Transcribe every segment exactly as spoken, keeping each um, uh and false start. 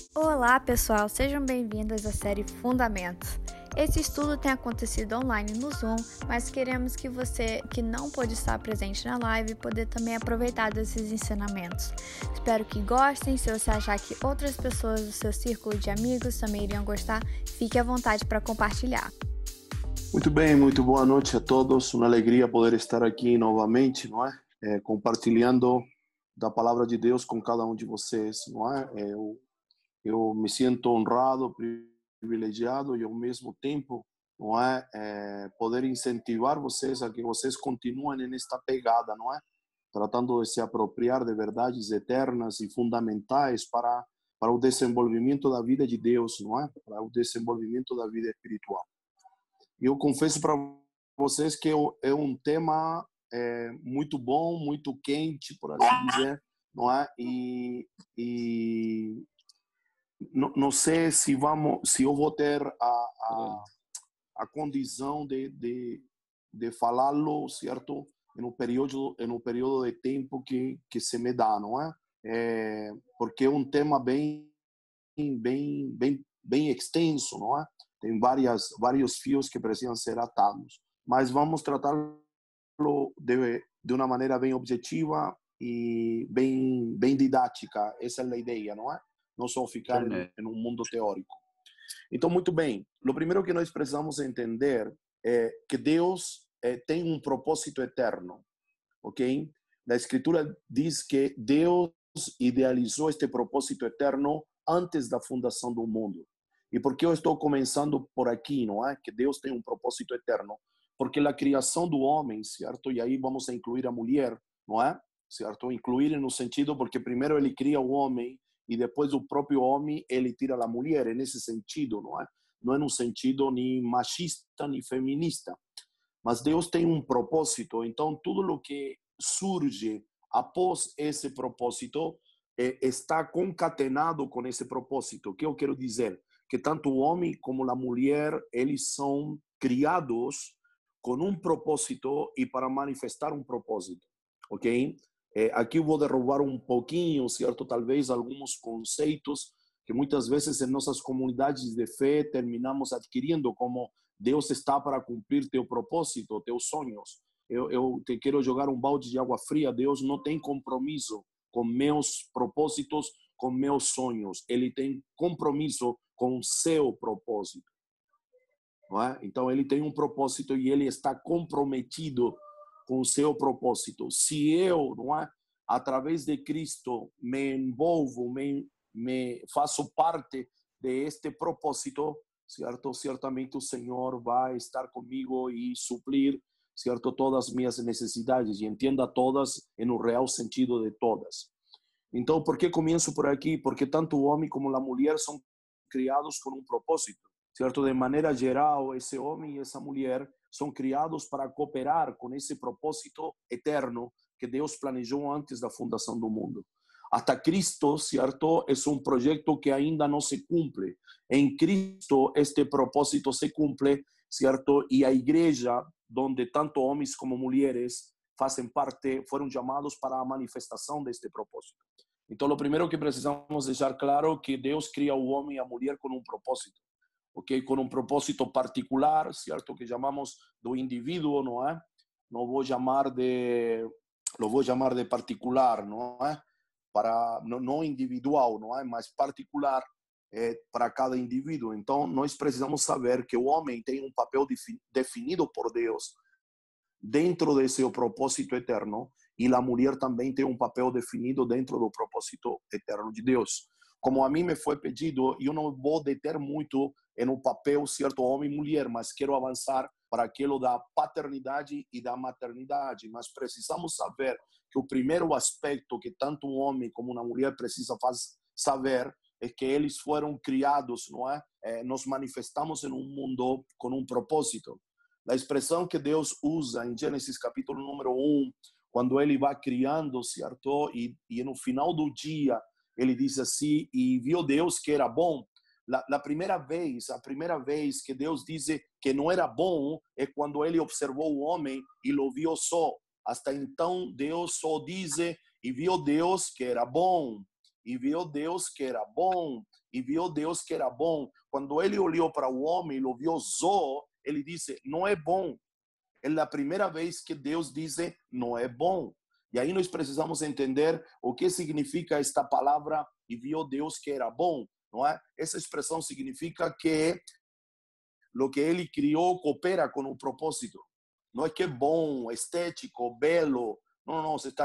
Olá, pessoal, sejam bem-vindos à série Fundamentos. Esse estudo tem acontecido online no Zoom, mas queremos que você que não pôde estar presente na live poder também aproveitar desses ensinamentos. Espero que gostem. Se você achar que outras pessoas do seu círculo de amigos também iriam gostar, fique à vontade para compartilhar. Muito bem, muito boa noite a todos. Uma alegria poder estar aqui novamente, não é? É, compartilhando da palavra de Deus com cada um de vocês, não é? É, eu, eu me sinto honrado, privilegiado e ao mesmo tempo, não é? É, poder incentivar vocês a que vocês continuem nesta pegada, não é? Tratando de se apropriar de verdades eternas e fundamentais para para o desenvolvimento da vida de Deus, não é? Para o desenvolvimento da vida espiritual. Eu confesso para vocês que é um tema é, muito bom, muito quente, por assim dizer, não é? E, e não, não sei se vamos, se eu vou ter a, a, a condição de, de, de falá-lo, certo? No período, no período de tempo que que se me dá, não é? É porque é um tema bem, bem, bem, bem extenso, não é? Tem várias, vários fios que precisam ser atados, mas vamos tratá-lo de, de uma maneira bem objetiva e bem, bem didática. Essa é a ideia, não é? Não só ficar em, em um mundo teórico. Então, muito bem. O primeiro que nós precisamos entender é que Deus é, tem um propósito eterno, ok? A Escritura diz que Deus idealizou este propósito eterno antes da fundação do mundo. E por que eu estou começando por aqui, não é? Que Deus tem um propósito eterno. Porque a criação do homem, certo? E aí vamos a incluir a mulher, não é? Certo? Incluir no sentido porque primeiro ele cria o homem e depois o próprio homem ele tira a mulher. É nesse sentido, não é? Não é no sentido nem machista nem feminista. Mas Deus tem um propósito. Então tudo o que surge após esse propósito eh, está concatenado com esse propósito. O que eu quero dizer? Que tanto o homem como a mulher, eles são criados com um propósito e para manifestar um propósito, ok? É, aqui eu vou derrubar um pouquinho, certo? Talvez alguns conceitos que muitas vezes em nossas comunidades de fé terminamos adquirindo como Deus está para cumprir teu propósito, teus sonhos. Eu, eu te quero jogar um balde de água fria. Deus não tem compromisso com meus propósitos, com meus sonhos. Ele tem compromisso com o seu propósito, não é? Então ele tem um propósito e ele está comprometido com o seu propósito. Se eu, não é, através de Cristo me envolvo, me, me faço parte de este propósito, certo? Certamente o Senhor vai estar comigo e suprir, certo, todas as minhas necessidades, e entenda todas no real sentido de todas. Então, por que começo por aqui? Porque tanto o homem como a mulher são criados com um propósito, certo? De maneira geral, esse homem e essa mulher são criados para cooperar com esse propósito eterno que Deus planejou antes da fundação do mundo. Até Cristo, certo? É um projeto que ainda não se cumpre. Em Cristo, este propósito se cumpre, certo? E a igreja, onde tanto homens como mulheres fazem parte, foram chamados para a manifestação deste propósito. Então, o primeiro que precisamos deixar claro é que Deus cria o homem e a mulher com um propósito, ok? Com um propósito particular, certo? Que chamamos do indivíduo, não é? Não vou chamar de, não vou chamar de particular, não é? Para não, não individual, não é? Mas particular é, para cada indivíduo. Então, nós precisamos saber que o homem tem um papel definido por Deus dentro de seu propósito eterno, e a mulher também tem um papel definido dentro do propósito eterno de Deus. Como a mim me foi pedido, eu não vou deter muito no papel, certo, homem e mulher, mas quero avançar para aquilo da paternidade e da maternidade. Mas precisamos saber que o primeiro aspecto que tanto um homem como uma mulher precisa faz, saber é que eles foram criados, não é? é? Nos manifestamos em um mundo com um propósito. A expressão que Deus usa em Gênesis capítulo número um, quando ele vai criando, certo? E, e no final do dia, ele diz assim, e viu Deus que era bom. La, la primeira vez, a primeira vez que Deus diz que não era bom é quando ele observou o homem e o viu só. Hasta então, Deus só diz, e viu Deus que era bom. e viu Deus que era bom, e viu Deus que era bom. Quando ele olhou para o homem, ele viu Zó, ele disse, não é bom. É a primeira vez que Deus diz, não é bom. E aí nós precisamos entender o que significa esta palavra, e viu Deus que era bom, não é? Essa expressão significa que o que ele criou coopera com o propósito. Não é que é bom, estético, belo. Não, não, se está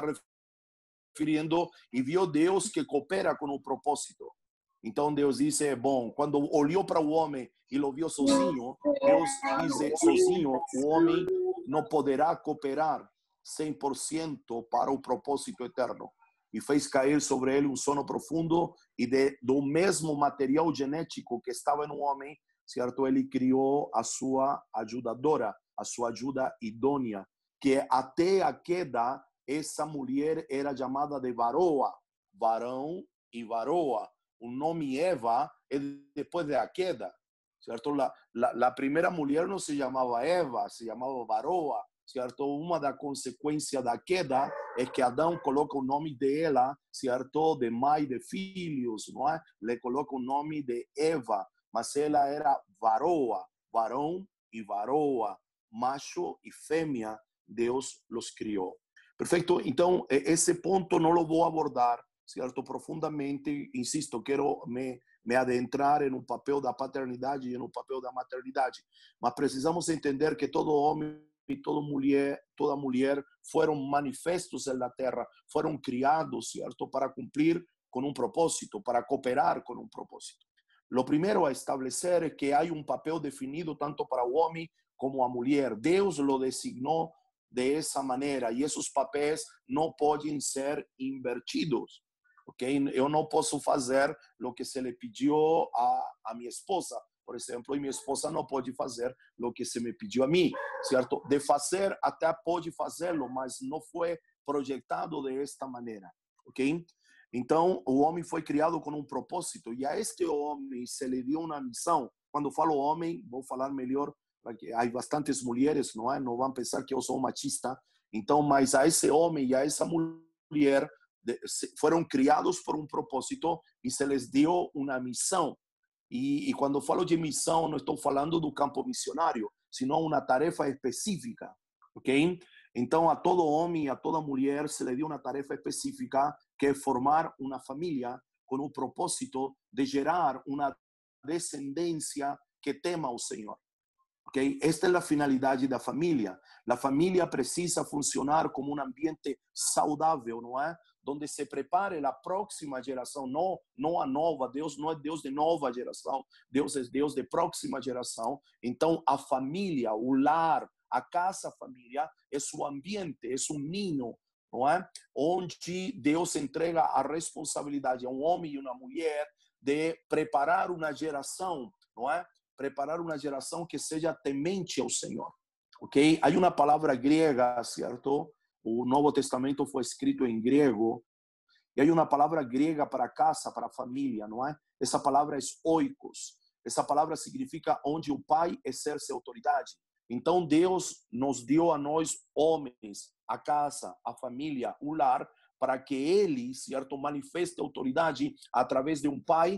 referindo, e viu Deus que coopera com o propósito. Então Deus disse, bom, quando olhou para o homem e o viu sozinho, Deus diz, sozinho, o homem não poderá cooperar cem por cento para o propósito eterno. E fez cair sobre ele um sono profundo, e de, do mesmo material genético que estava no homem, certo? Ele criou a sua ajudadora, a sua ajuda idônea, que até a queda, essa mulher era chamada de varoa, varão e varoa. O nome Eva é depois da queda, certo? La, la, la primeira mulher não se chamava Eva, se chamava varoa, certo? Uma da consequência da queda é que Adão coloca o nome dela, certo? De mãe de filhos, não é? Le coloca o nome de Eva, mas ela era varoa, varão e varoa, macho e fêmea, Deus los criou. Perfeito? Então, esse ponto não lo vou abordar, certo? Profundamente, insisto, quero me, me adentrar no papel da paternidade e no papel da maternidade, mas precisamos entender que todo homem e toda mulher, toda mulher foram manifestos na terra, foram criados, certo? Para cumprir com um propósito, para cooperar com um propósito. Lo primeiro a estabelecer é que há um papel definido tanto para o homem como a mulher. Deus lo designou de essa maneira, e esses papéis não podem ser invertidos. Okay? Eu não posso fazer o que se lhe pediu a, a minha esposa, por exemplo, e minha esposa não pode fazer o que se me pediu a mim, certo? De fazer, até pode fazê-lo, mas não foi projetado desta maneira, ok? Então, o homem foi criado com um propósito, e a este homem se lhe deu uma missão. Quando falo homem, vou falar melhor, porque há bastantes mulheres, não é? Não vão pensar que eu sou machista. Então, mas a esse homem e a essa mulher foram criados por um propósito e se lhes deu uma missão. E, e quando falo de missão, não estou falando do campo missionário, senão uma tarefa específica, ok? Então, a todo homem e a toda mulher se lhe deu uma tarefa específica, que é formar uma família com o propósito de gerar uma descendência que tema o Senhor. Okay? Esta é a finalidade da família. A família precisa funcionar como um ambiente saudável, não é? Onde se prepare a próxima geração, não, não a nova. Deus não é Deus de nova geração, Deus é Deus de próxima geração. Então, a família, o lar, a casa família, é o ambiente, é um ninho, não é? Onde Deus entrega a responsabilidade a um homem e uma mulher de preparar uma geração, não é? Preparar uma geração que seja temente ao Senhor, ok? Há uma palavra grega, certo? O Novo Testamento foi escrito em grego, e há uma palavra grega para casa, para família, não é? Essa palavra é oikos. Essa palavra significa onde o pai exerce autoridade. Então Deus nos deu a nós homens, a casa, a família, o lar, para que ele, certo, manifeste autoridade através de um pai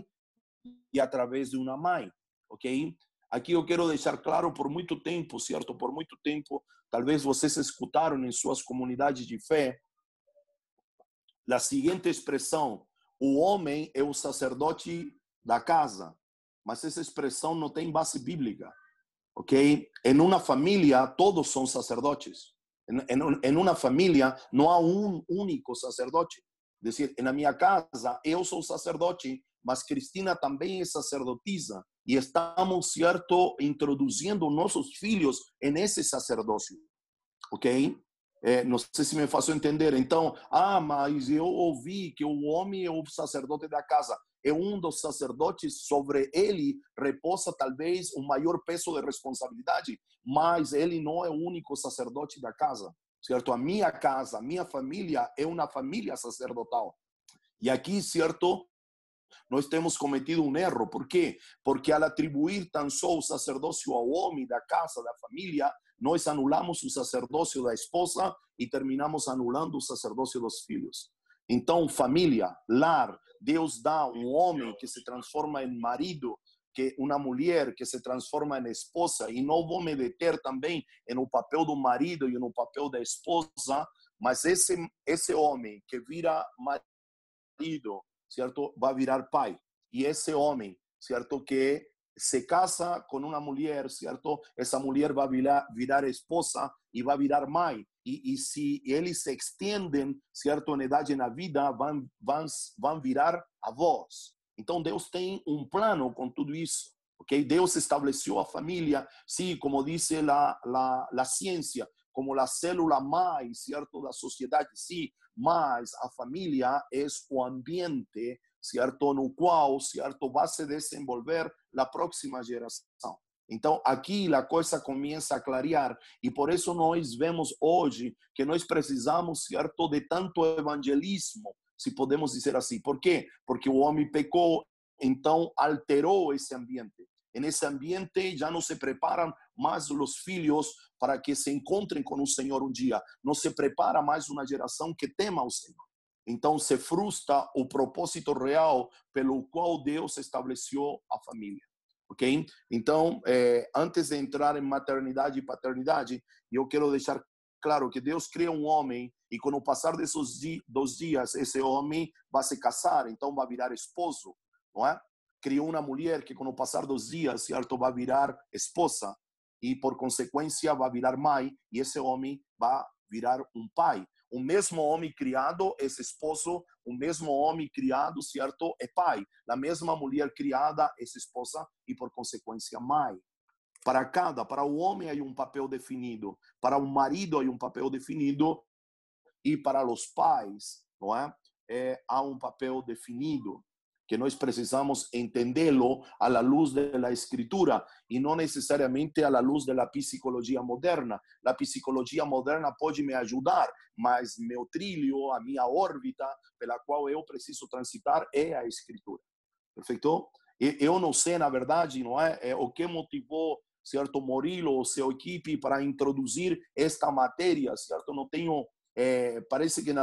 e através de uma mãe. Ok? Aqui eu quero deixar claro, por muito tempo, certo? Por muito tempo, talvez vocês escutaram em suas comunidades de fé a seguinte expressão: o homem é o sacerdote da casa. Mas essa expressão não tem base bíblica, ok? Em uma família, todos são sacerdotes. Em, em, em uma família, não há um único sacerdote. É decir, na minha casa, eu sou sacerdote, mas Cristina também é sacerdotisa. E estamos, certo, introduzindo nossos filhos nesse sacerdócio, ok? É, não sei se me faço entender. Então, ah, mas eu ouvi que o homem é o sacerdote da casa. É um dos sacerdotes, sobre ele repousa talvez um maior peso de responsabilidade, mas ele não é o único sacerdote da casa, certo? A minha casa, a minha família é uma família sacerdotal. E aqui, certo, nós temos cometido um erro. Por quê? Porque ao atribuir tão só o sacerdócio ao homem da casa, da família, nós anulamos o sacerdócio da esposa e terminamos anulando o sacerdócio dos filhos. Então, família, lar, Deus dá um homem que se transforma em marido, que uma mulher que se transforma em esposa, e não vou me deter também no papel do marido e no papel da esposa, mas esse, esse homem que vira marido, certo, vai virar pai. E esse homem, certo, que se casa com uma mulher, certo, essa mulher vai virar, virar esposa e vai virar mãe. E, e se eles se estendem, certo, na idade na vida, vão, vão, vão virar avós. Então Deus tem um plano com tudo isso, ok? Deus estabeleceu a família, sim, como diz a, a, a ciência, como a célula mãe, certo, da sociedade, sim, mas a família é o ambiente, certo, no qual, certo, vai se desenvolver a próxima geração. Então, aqui a coisa começa a clarear, e por isso nós vemos hoje que nós precisamos, certo, de tanto evangelismo, se podemos dizer assim. Por quê? Porque o homem pecou, então alterou esse ambiente. Nesse ambiente já não se preparam mais os filhos para que se encontrem com o Senhor um dia. Não se prepara mais uma geração que tema o Senhor. Então se frustra o propósito real pelo qual Deus estabeleceu a família. Ok? Então, eh, antes de entrar em maternidade e paternidade, eu quero deixar claro que Deus cria um homem e com o passar desses di- dos dias, esse homem vai se casar, então vai virar esposo, não é? Criou uma mulher que com o passar dos dias, certo, vai virar esposa e por consequência vai virar mãe, e esse homem vai virar um pai. O mesmo homem criado é esposo, o mesmo homem criado, certo, é pai. A mesma mulher criada é esposa e por consequência mãe. Para cada, para o homem há um papel definido, para o marido há um papel definido e para os pais, não é? É, há um papel definido que nós precisamos entendê-lo à luz da escritura e não necessariamente à luz da psicologia moderna. A psicologia moderna pode me ajudar, mas meu trilho, a minha órbita pela qual eu preciso transitar é a escritura. Perfeito? Eu não sei, na verdade, não é, é o que motivou, certo, Murilo ou sua equipe para introduzir esta matéria, certo? Não tenho, é, parece que em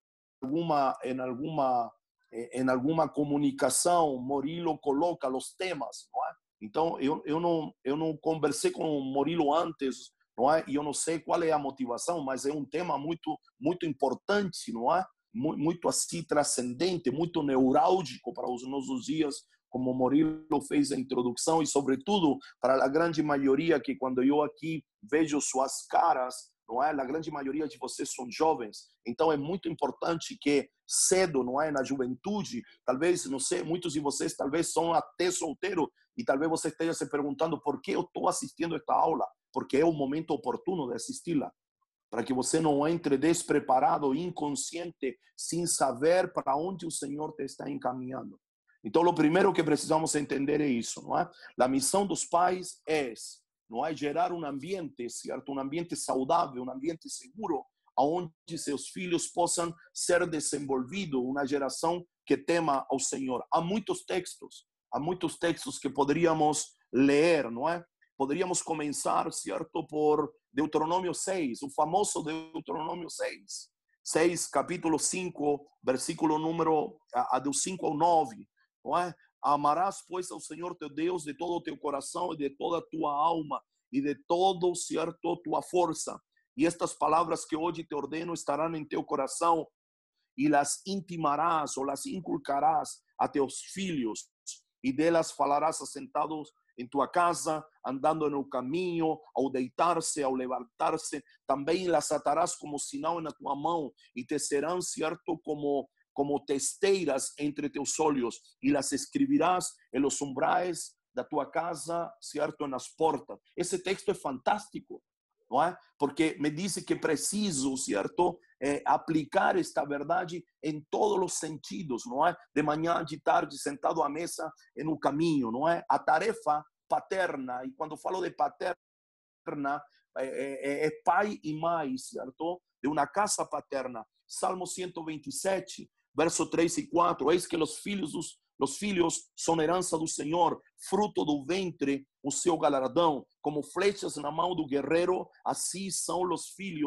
alguma, em alguma em alguma comunicação, Murilo coloca os temas, não é? Então, eu, eu, não, eu não conversei com o Murilo antes, não é? E eu não sei qual é a motivação, mas é um tema muito, muito importante, não é? Muito, muito assim, transcendente, muito neurálgico para os nossos dias, como o Murilo fez a introdução, e sobretudo para a grande maioria que quando eu aqui vejo suas caras, não é? A grande maioria de vocês são jovens, então é muito importante que cedo, não é? Na juventude, talvez, não sei, muitos de vocês talvez são até solteiros e talvez você esteja se perguntando por que eu estou assistindo esta aula, porque é o momento oportuno de assisti-la, para que você não entre despreparado, inconsciente, sem saber para onde o Senhor te está encaminhando. Então, o primeiro que precisamos entender é isso, não é? A missão dos pais é, não é, gerar um ambiente, certo? Um ambiente saudável, um ambiente seguro, onde seus filhos possam ser desenvolvidos, uma geração que tema ao Senhor. Há muitos textos, há muitos textos que poderíamos ler, não é? Poderíamos começar, certo, por Deuteronômio seis, o famoso Deuteronômio seis. seis, capítulo cinco, versículo número, a, a do cinco ao nove, não é? Amarás, pois, ao Senhor teu Deus de todo o teu coração e de toda a tua alma e de todo, certo, tua força. E estas palavras que hoje te ordeno estarão em teu coração e las intimarás ou las inculcarás a teus filhos e delas falarás assentados em tua casa, andando no caminho, ao deitar-se, ao levantar-se. Também las atarás como sinal na tua mão e te serão, certo, como como testeiras entre teus olhos, e las escribirás en los umbrais da tua casa, certo, nas portas. Esse texto é fantástico, não é? Porque me diz que preciso, certo, é, aplicar esta verdade em todos os sentidos, não é? De manhã, de tarde, sentado à mesa, no caminho, não é? A tarefa paterna, e quando falo de paterna, é, é, é pai e mãe, certo? De uma casa paterna. Salmo cento e vinte e sete, verso três e quatro, eis que os filhos dos Os filhos são herança do Senhor, fruto do ventre, o seu galardão. Como flechas na mão do guerreiro, assim são os filhos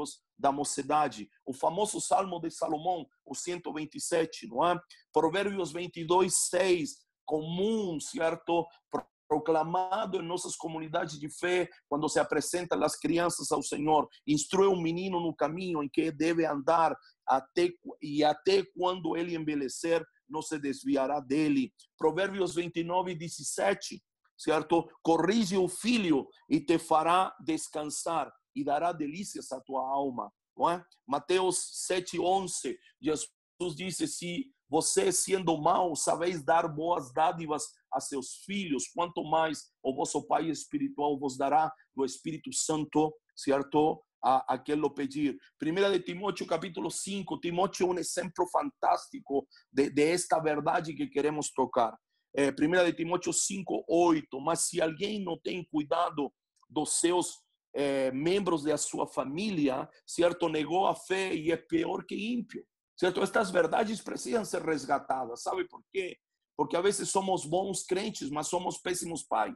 da mocidade. O famoso Salmo de Salomão, o cento e vinte e sete, não é? Provérbios vinte e dois, seis, comum, certo? Proclamado em nossas comunidades de fé, quando se apresentam as crianças ao Senhor. Instrui um menino no caminho em que deve andar, até, e até quando ele envelhecer, não se desviará dele. Provérbios vinte e nove, dezessete, certo? Corrige o filho e te fará descansar e dará delícias à tua alma, não é? Mateus sete, onze, Jesus disse: se você, sendo mau, sabeis dar boas dádivas a seus filhos, quanto mais o vosso Pai espiritual vos dará do Espírito Santo, certo? A, a quem lo pedir. Primeira de Timóteo, capítulo cinco. Timóteo é um exemplo fantástico de, de esta verdade que queremos tocar. É, Primeira de Timóteo cinco, oito. Mas se alguém não tem cuidado dos seus é, membros da sua família, certo? Negou a fé e é pior que ímpio. Certo? Estas verdades precisam ser resgatadas. Sabe por quê? Porque a vezes somos bons crentes, mas somos péssimos pais.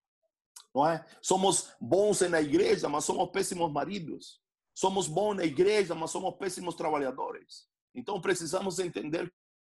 Não é? Somos bons na igreja, mas somos péssimos maridos. Somos bons na igreja, mas somos péssimos trabalhadores. Então precisamos entender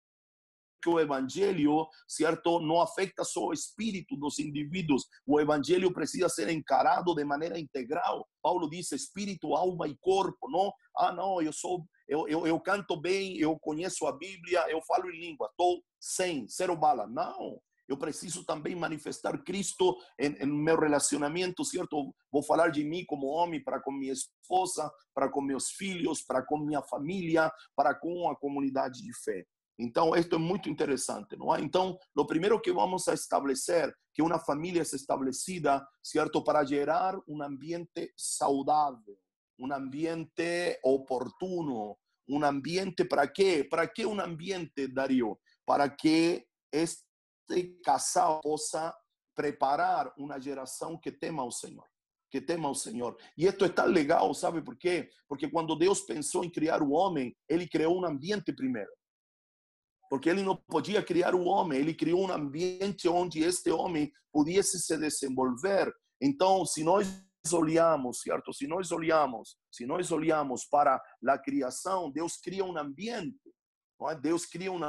que o evangelho, certo, não afeta só o espírito dos indivíduos. O evangelho precisa ser encarado de maneira integral. Paulo diz espírito, alma e corpo, não? Ah, não, eu sou eu, eu, eu canto bem, eu conheço a Bíblia, eu falo em língua, estou sem, zero bala. Não, eu preciso também manifestar Cristo em, em meu relacionamento, certo? Vou falar de mim como homem para com minha esposa, para com meus filhos, para com minha família, para com a comunidade de fé. Então, isto é muito interessante, não é? Então, o primeiro que vamos a estabelecer, que uma família é estabelecida, certo? Para gerar um ambiente saudável, um ambiente oportuno, um ambiente para quê? Para que um ambiente, Dario? Para que este casal possa preparar uma geração que tema ao Senhor. Que tema ao Senhor. E isto é tão legal, sabe por quê? Porque quando Deus pensou em criar o homem, Ele criou um ambiente primeiro. Porque Ele não podia criar o homem, Ele criou um ambiente onde este homem pudesse se desenvolver. Então, se nós olhamos, certo? Se nós olhamos, se nós olhamos para a criação, Deus cria um ambiente, não é? Deus cria um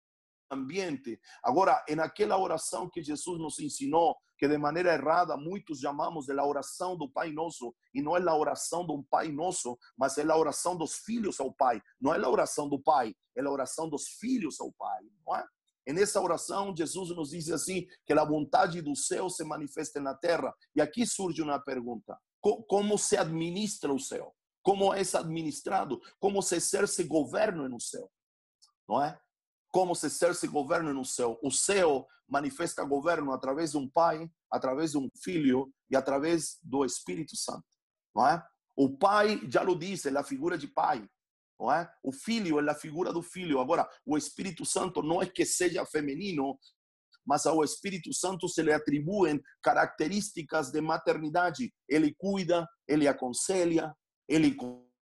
ambiente. Agora, em aquela oração que Jesus nos ensinou, que de maneira errada muitos chamamos de la oração do Pai Nosso, e não é a oração do Pai Nosso, mas é a oração dos filhos ao Pai. Não é a oração do Pai, é a oração dos filhos ao Pai, não é? E nessa oração, Jesus nos diz assim, que a vontade do céu se manifesta na terra. E aqui surge uma pergunta: como se administra o céu? Como é administrado? Como se exerce governo no céu? Não é? Como se exerce governo no céu? O céu manifesta governo através de um pai, através de um filho e através do Espírito Santo, não é? O pai, já lo disse, é a figura de pai, não é? O filho é a figura do filho. Agora, o Espírito Santo não é que seja feminino, mas ao Espírito Santo se lhe atribuem características de maternidade. Ele cuida, ele aconselha, ele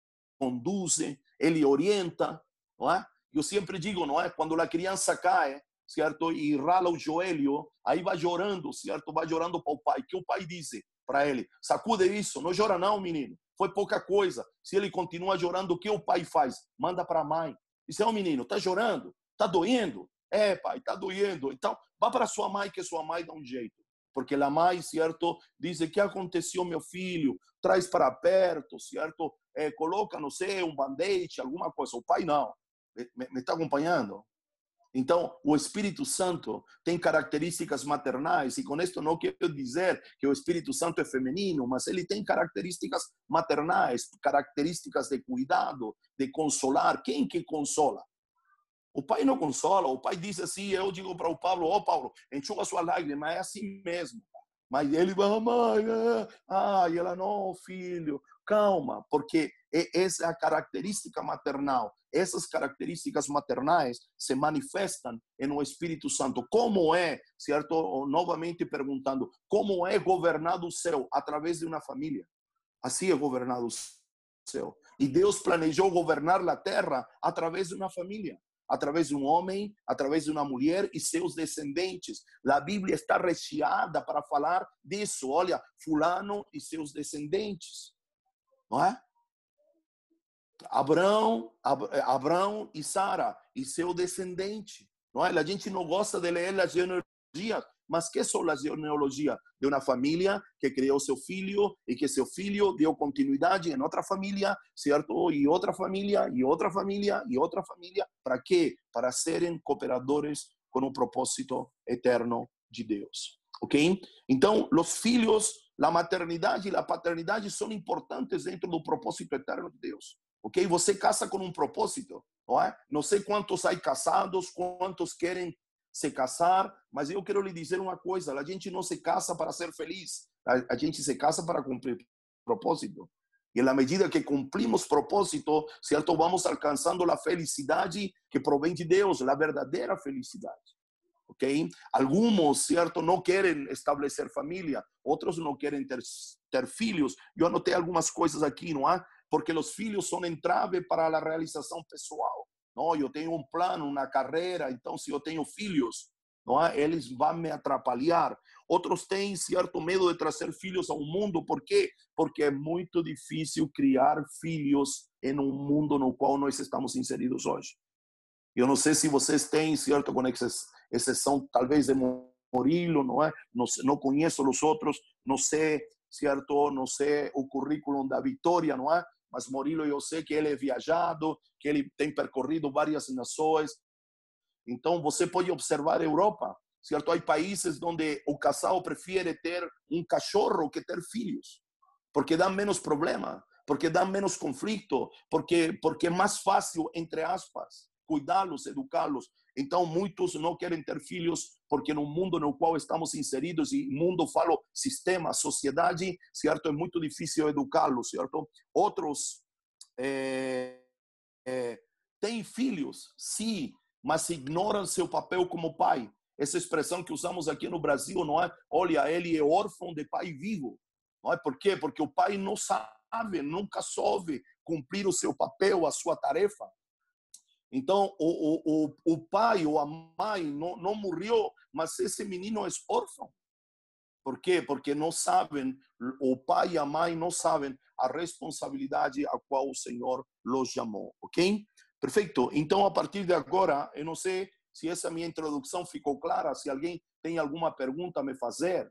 conduz, ele orienta, não é? Eu sempre digo, não é? Quando a criança cai, certo? E rala o joelho, aí vai chorando, certo? Vai chorando para o pai. Que o pai diz para ele: sacude isso, não chora não, menino. Foi pouca coisa. Se ele continua chorando, o que o pai faz? Manda para a mãe. Diz: é um menino, tá chorando? Tá doendo? É, pai, tá doendo. Então, vá para sua mãe, que sua mãe dá um jeito. Porque a mãe, certo? Diz: o que aconteceu, meu filho? Traz para perto, certo? É, coloca, não sei, um band-aid, alguma coisa. O pai não. Me, me está acompanhando? Então, o Espírito Santo tem características maternais, e com isso não quero dizer que o Espírito Santo é feminino, mas ele tem características maternais, características de cuidado, de consolar. Quem que consola? O pai não consola. O pai diz assim, eu digo para o Paulo: ó, oh, Paulo, enxuga sua lágrima, é assim mesmo. Mas ele vai: mãe, ah, e ela: não, filho, calma, porque essa é a característica maternal. Essas características maternais se manifestam no Espírito Santo. Como é, certo? Novamente perguntando, como é governado o céu? Através de uma família. Assim é governado o céu. E Deus planejou governar a terra através de uma família. Através de um homem, através de uma mulher e seus descendentes. A Bíblia está recheada para falar disso. Olha, fulano e seus descendentes. Não é? Abraão, Ab- Abraão e Sara e seu descendente. Não é? A gente não gosta de ler a genealogia, mas que são a genealogia? De uma família que criou seu filho e que seu filho deu continuidade em outra família, certo? E outra família, e outra família, e outra família. Para quê? Para serem cooperadores com o propósito eterno de Deus. Ok? Então, os filhos, a maternidade e a paternidade são importantes dentro do propósito eterno de Deus. Ok? Você casa com um propósito, não é? Não sei quantos aí casados, quantos querem se casar, mas eu quero lhe dizer uma coisa: a gente não se casa para ser feliz, a, a gente se casa para cumprir propósito. E na medida que cumprimos propósito, certo, vamos alcançando a felicidade que provém de Deus, a verdadeira felicidade. Ok? Alguns, certo, não querem estabelecer família, outros não querem ter, ter filhos. Eu anotei algumas coisas aqui, não é? Porque os filhos são entrave para a realização pessoal. Não, eu tenho um plano, uma carreira, então se eu tenho filhos, não é? Eles vão me atrapalhar. Outros têm certo medo de trazer filhos ao mundo, por quê? Porque é muito difícil criar filhos em um mundo no qual nós estamos inseridos hoje. Eu não sei se vocês têm certo com exceção talvez de Murilo, não é? Não, não conheço os outros, não sei certo, não sei o currículo da Vitória, não é? Mas Murilo eu sei que ele é viajado, que ele tem percorrido várias nações. Então você pode observar a Europa, certo? Há países onde o casal prefere ter um cachorro que ter filhos, porque dá menos problema, porque dá menos conflito, porque porque é mais fácil, entre aspas, cuidá-los, educá-los. Então muitos não querem ter filhos porque no mundo no qual estamos inseridos, e mundo falo sistema, sociedade, certo, é muito difícil educá-los, certo? Outros é, é, têm filhos, sim, mas ignoram seu papel como pai. Essa expressão que usamos aqui no Brasil, não é? Olha, ele é órfão de pai vivo. Não é? Por quê? Porque o pai não sabe, nunca soube cumprir o seu papel, a sua tarefa. Então, o, o, o pai ou a mãe não, não morreu, mas esse menino é órfão. Por quê? Porque não sabem, o pai e a mãe não sabem a responsabilidade a qual o Senhor los chamou, ok? Perfeito. Então, a partir de agora, eu não sei se essa minha introdução ficou clara, se alguém tem alguma pergunta a me fazer,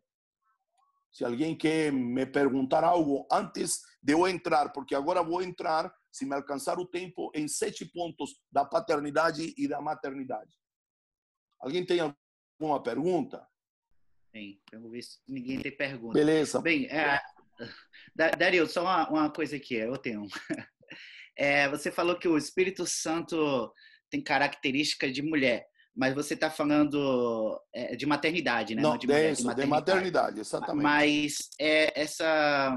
se alguém quer me perguntar algo antes de eu entrar, porque agora vou entrar, se me alcançar o tempo, em sete pontos da paternidade e da maternidade. Alguém tem alguma pergunta? Bem, vamos ver se ninguém tem pergunta. Beleza. Bem, é, Dario, só uma, uma coisa aqui, eu tenho. É, você falou que o Espírito Santo tem característica de mulher, mas você está falando é, de maternidade, né? Não, Não de mulher, isso, de maternidade. de maternidade, exatamente. Mas é, essa...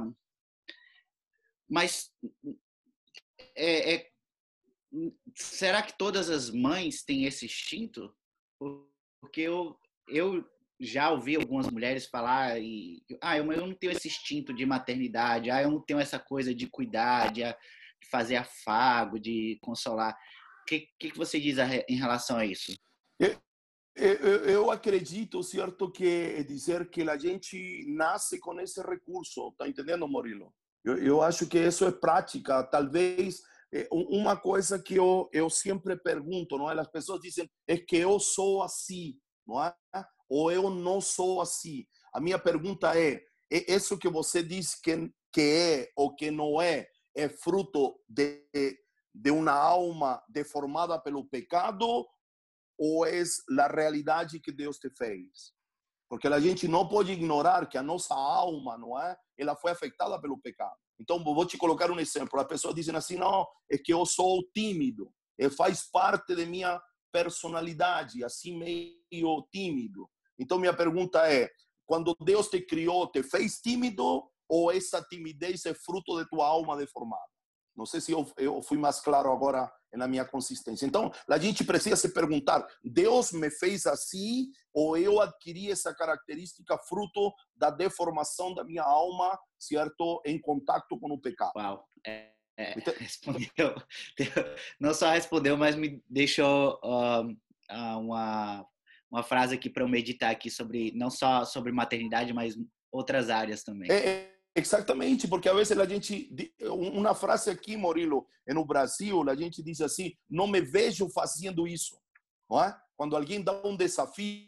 Mas é, é... será que todas as mães têm esse instinto? Porque eu, eu já ouvi algumas mulheres falar e, ah, eu, eu não tenho esse instinto de maternidade, ah, eu não tenho essa coisa de cuidar, de, de fazer afago, de consolar. O que, que você diz a, em relação a isso? Eu, eu, eu acredito, certo, que dizer que a gente nasce com esse recurso, tá entendendo, Murilo? Eu, eu acho que isso é prática, talvez uma coisa que eu, eu sempre pergunto, não é? As pessoas dizem, é que eu sou assim, não é? Ou eu não sou assim. A minha pergunta é, é isso que você diz que, que é ou que não é, é fruto de, de uma alma deformada pelo pecado ou é a realidade que Deus te fez? Porque a gente não pode ignorar que a nossa alma, não é? Ela foi afetada pelo pecado. Então, vou te colocar um exemplo. As pessoas dizem assim, não, é que eu sou tímido. É, faz parte de minha personalidade, assim meio tímido. Então, minha pergunta é, quando Deus te criou, te fez tímido ou essa timidez é fruto de tua alma deformada? Não sei se eu, eu fui mais claro agora na minha consistência. Então, a gente precisa se perguntar, Deus me fez assim ou eu adquiri essa característica fruto da deformação da minha alma, certo? Em contato com o pecado. Uau, é, é, respondeu. Não só respondeu, mas me deixou uh, uma, uma frase aqui para eu meditar aqui sobre, não só sobre maternidade, mas outras áreas também. É, Exatamente, porque a vezes a gente, uma frase aqui, Murilo, no Brasil, a gente diz assim, não me vejo fazendo isso, não é? Quando alguém dá um desafio,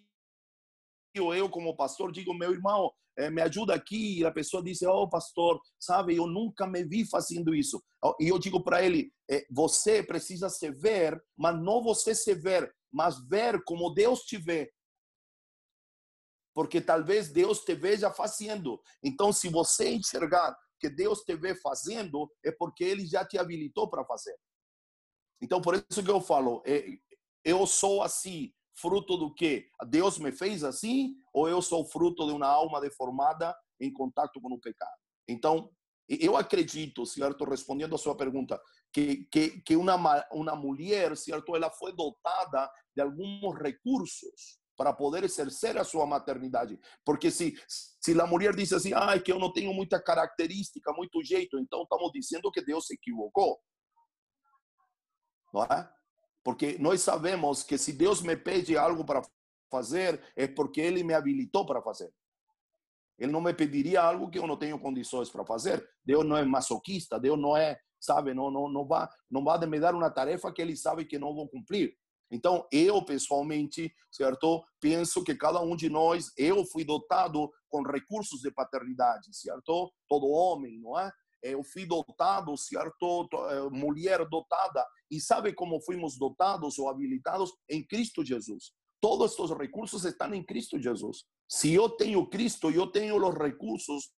eu como pastor digo, meu irmão, eh, me ajuda aqui, e a pessoa diz, oh pastor, sabe, eu nunca me vi fazendo isso. E eu digo para ele, eh, você precisa se ver, mas não você se ver, mas ver como Deus te vê. Porque talvez Deus te veja fazendo. Então, se você enxergar que Deus te vê fazendo, é porque Ele já te habilitou para fazer. Então, por isso que eu falo, eu sou assim, fruto do quê? Deus me fez assim, ou eu sou fruto de uma alma deformada em contato com o pecado? Então, eu acredito, certo, respondendo a sua pergunta, que, que, que uma, uma mulher, certo, ela foi dotada de alguns recursos para poder exercer a sua maternidade. Porque se, se a mulher diz assim, ah, é que eu não tenho muita característica, muito jeito, então estamos dizendo que Deus se equivocou. Não é? Porque nós sabemos que se Deus me pede algo para fazer, é porque Ele me habilitou para fazer. Ele não me pediria algo que eu não tenho condições para fazer. Deus não é masoquista, Deus não é, sabe, não, não, não, vai, não vai me dar uma tarefa que Ele sabe que não vou cumprir. Então, eu pessoalmente, certo, penso que cada um de nós, eu fui dotado com recursos de paternidade, certo? Todo homem, não é? Eu fui dotado, certo? Mulher dotada. E sabe como fomos dotados ou habilitados? Em Cristo Jesus. Todos estes recursos estão em Cristo Jesus. Se eu tenho Cristo, eu tenho os recursos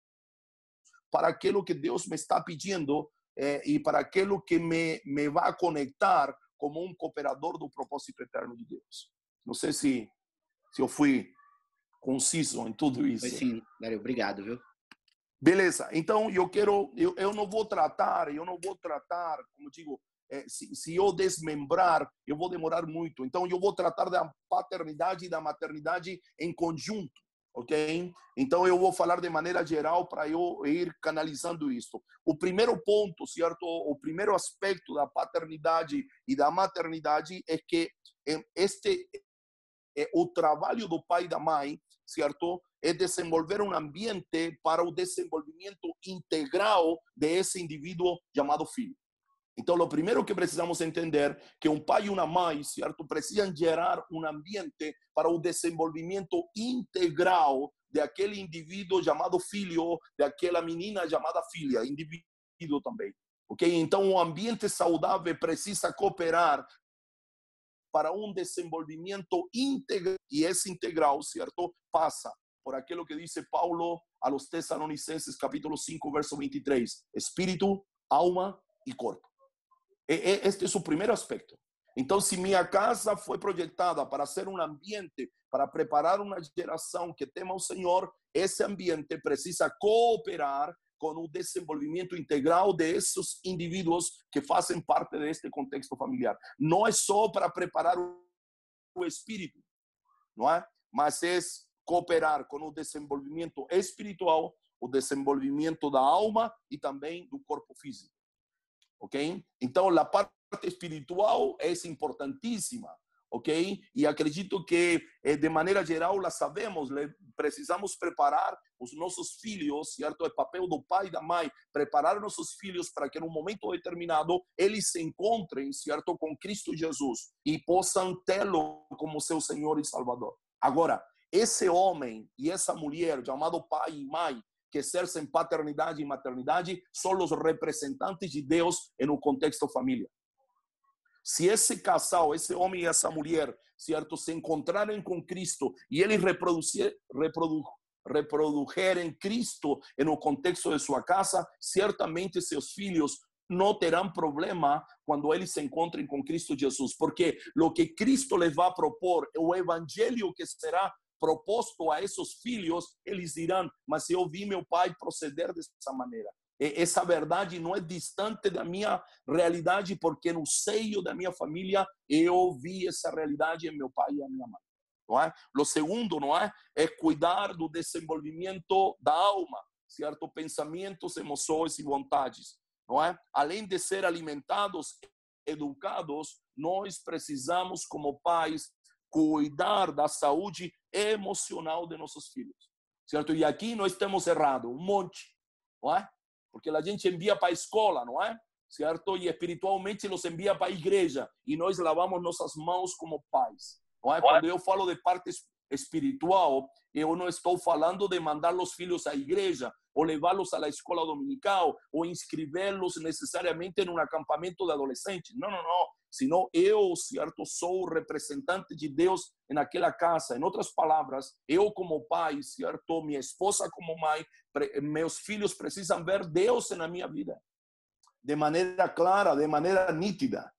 para aquilo que Deus me está pedindo eh, e para aquilo que me, me vai conectar como um cooperador do propósito eterno de Deus. Não sei se, se eu fui conciso em tudo isso. Foi sim, Dario, obrigado, viu? Beleza, então eu quero, eu, eu não vou tratar, eu não vou tratar, como digo, é, se, se eu desmembrar, eu vou demorar muito. Então eu vou tratar da paternidade e da maternidade em conjunto, ok? Então eu vou falar de maneira geral para eu ir canalizando isso. O primeiro ponto, certo? O primeiro aspecto da paternidade e da maternidade é que este é o trabalho do pai e da mãe, certo? É desenvolver um ambiente para o desenvolvimento integral desse indivíduo chamado filho. Então, o primeiro que precisamos entender é que um pai e uma mãe, certo, precisam gerar um ambiente para o desenvolvimento integral de aquele indivíduo chamado filho, daquela menina chamada filha, indivíduo também. Ok? Então, um ambiente saudável precisa cooperar para um desenvolvimento integral, e esse integral, certo, passa por aquilo que diz Paulo a los Tesalonicenses, capítulo cinco, verso vinte e três, espírito, alma e corpo. Este é o primeiro aspecto. Então, se minha casa foi projetada para ser um ambiente, para preparar uma geração que tema o Senhor, esse ambiente precisa cooperar com o desenvolvimento integral desses indivíduos que fazem parte deste contexto familiar. Não é só para preparar o espírito, não é? Mas é cooperar com o desenvolvimento espiritual, o desenvolvimento da alma e também do corpo físico. Ok? Então, a parte espiritual é importantíssima. Ok? E acredito que, de maneira geral, la sabemos, precisamos preparar os nossos filhos, certo? É papel do pai e da mãe, preparar nossos filhos para que, num momento determinado, eles se encontrem, certo? Com Cristo Jesus e possam tê-lo como seu Senhor e Salvador. Agora, esse homem e essa mulher, chamado pai e mãe, que exercem paternidade e maternidade, são os representantes de Deus no contexto família. Se esse casal, esse homem e essa mulher, certo, se encontrarem com Cristo e eles reproduzir, reprodu, reproduzirem Cristo no contexto de sua casa, certamente seus filhos não terão problema quando eles se encontrem com Cristo Jesus, porque o que Cristo les vai propor, o evangelho que será proposto a esses filhos, eles dirão, mas eu vi meu pai proceder dessa maneira. Essa verdade não é distante da minha realidade, porque no seio da minha família eu vi essa realidade em meu pai e a minha mãe. Não é? O segundo, não é, é cuidar do desenvolvimento da alma, certo? Pensamentos, emoções e vontades, não é? Além de ser alimentados, educados, nós precisamos, como pais, cuidar da saúde emocional de nossos filhos, certo? E aqui nós temos errado um monte. não é? Porque a gente envia para a escola, não é? Certo? E espiritualmente nos envia para a igreja e nós lavamos nossas mãos como pais, não é? Quando eu falo de parte espiritual, eu não estou falando de mandar os filhos à igreja ou levá-los à escola dominical ou inscrevê-los necessariamente em um acampamento de adolescentes. Não, não, não. Senão eu, certo, sou o representante de Deus naquela casa. Em outras palavras, eu como pai, certo, minha esposa como mãe, meus filhos precisam ver Deus na minha vida. De maneira clara, de maneira nítida.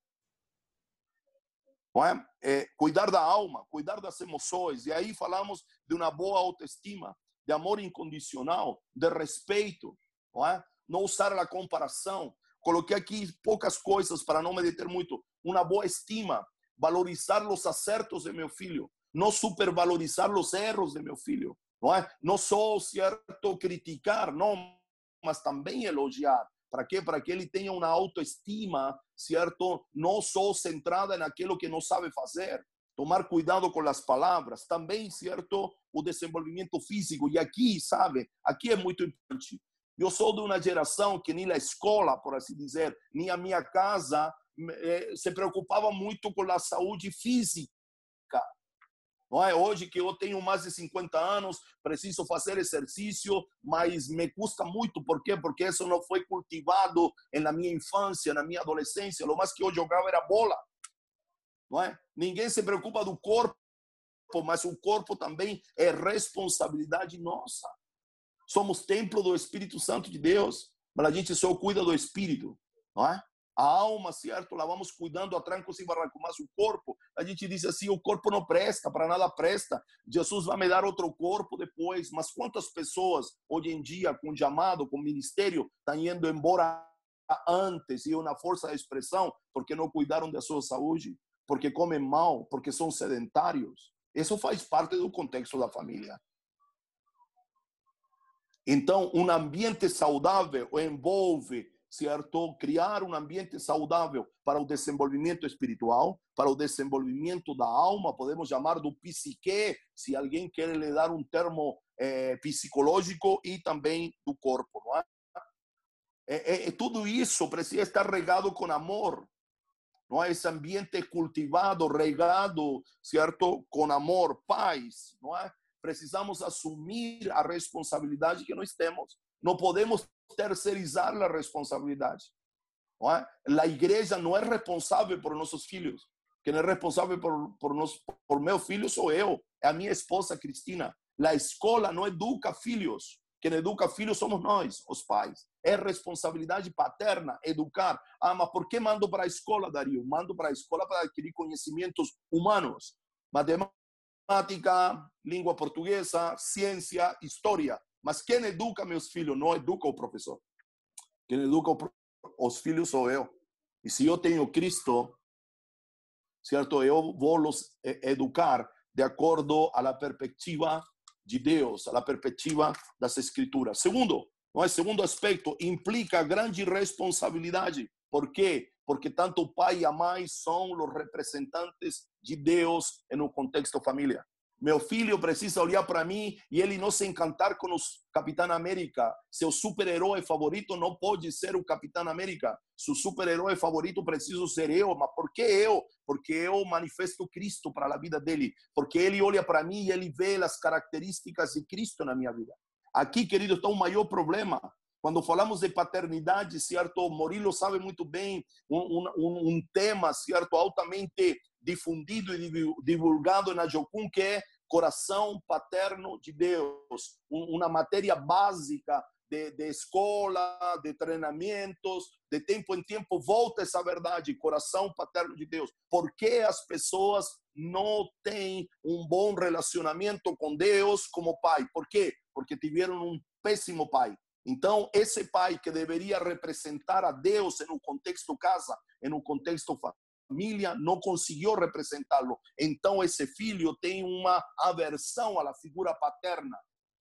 Não é? É, cuidar da alma, cuidar das emoções. E aí falamos de uma boa autoestima, de amor incondicional, de respeito. Não é? Não usar a comparação. Coloquei aqui poucas coisas para não me deter muito. Uma boa estima, valorizar os acertos de meu filho, não supervalorizar os erros de meu filho. Não é? Não só, certo, criticar, não, mas também elogiar. Para quê? Para que ele tenha uma autoestima, certo? Não só centrada naquilo que não sabe fazer. Tomar cuidado com as palavras. Também, certo? O desenvolvimento físico. E aqui, sabe? Aqui é muito importante. Eu sou de uma geração que nem a escola, por assim dizer, nem a minha casa eh, se preocupava muito com a saúde física. Não é? Hoje que eu tenho mais de cinquenta anos, preciso fazer exercício, mas me custa muito. Por quê? Porque isso não foi cultivado na minha infância, na minha adolescência. O mais que eu jogava era bola. Não é? Ninguém se preocupa do corpo, mas o corpo também é responsabilidade nossa. Somos templo do Espírito Santo de Deus, mas a gente só cuida do Espírito. Não é? A alma, certo? Lá vamos cuidando a trancos e barrancos, mas o corpo, a gente diz assim, o corpo não presta, para nada presta. Jesus vai me dar outro corpo depois. Mas quantas pessoas, hoje em dia, com chamado, com ministério, estão indo embora antes, e na força da expressão, porque não cuidaram da sua saúde, porque comem mal, porque são sedentários. Isso faz parte do contexto da família. Então, um ambiente saudável envolve, certo? Criar um ambiente saudável para o desenvolvimento espiritual, para o desenvolvimento da alma, podemos chamar do psique, se alguém quer lhe dar um termo eh, psicológico, e também do corpo, não é? É, é? Tudo isso precisa estar regado com amor, não é? Esse ambiente cultivado, regado, certo? Com amor, paz, não é? Precisamos assumir a responsabilidade que nós temos. Não podemos terceirizar a responsabilidade. Não é? A igreja não é responsável por nossos filhos. Quem é responsável por, por, nos, por meu filho sou eu, é a minha esposa Cristina. A escola não educa filhos. Quem educa filhos somos nós, os pais. É responsabilidade paterna educar. Ah, mas por que mando para a escola, Dario? Mando para a escola para adquirir conhecimentos humanos. Matemática, matemática, língua portuguesa, ciência, história. Mas quem educa meus filhos não educa o professor. Quem educa os filhos sou eu. E se eu tenho Cristo, certo? Eu vou os educar de acordo à perspectiva de Deus, à perspectiva das Escrituras. Segundo, não é? Segundo aspecto, implica grande responsabilidade. Por quê? Porque tanto o pai e a mãe são os representantes de Deus no contexto família. Meu filho precisa olhar para mim e ele não se encantar com os Capitão América. Seu super-herói favorito não pode ser o Capitão América. Seu super-herói favorito preciso ser eu. Mas por que eu? Porque eu manifesto Cristo para a vida dele. Porque ele olha para mim e ele vê as características de Cristo na minha vida. Aqui, querido, está um maior problema. Quando falamos de paternidade, certo? Murilo sabe muito bem, um, um, um tema, certo? Altamente difundido e divulgado na Jocum, que é coração paterno de Deus. Um, uma matéria básica de, de escola, de treinamentos, de tempo em tempo volta essa verdade, coração paterno de Deus. Por que as pessoas não têm um bom relacionamento com Deus como pai? Por quê? Porque tiveram um péssimo pai. Então, esse pai que deveria representar a Deus em um contexto casa, em um contexto família, não conseguiu representá-lo. Então, esse filho tem uma aversão à figura paterna.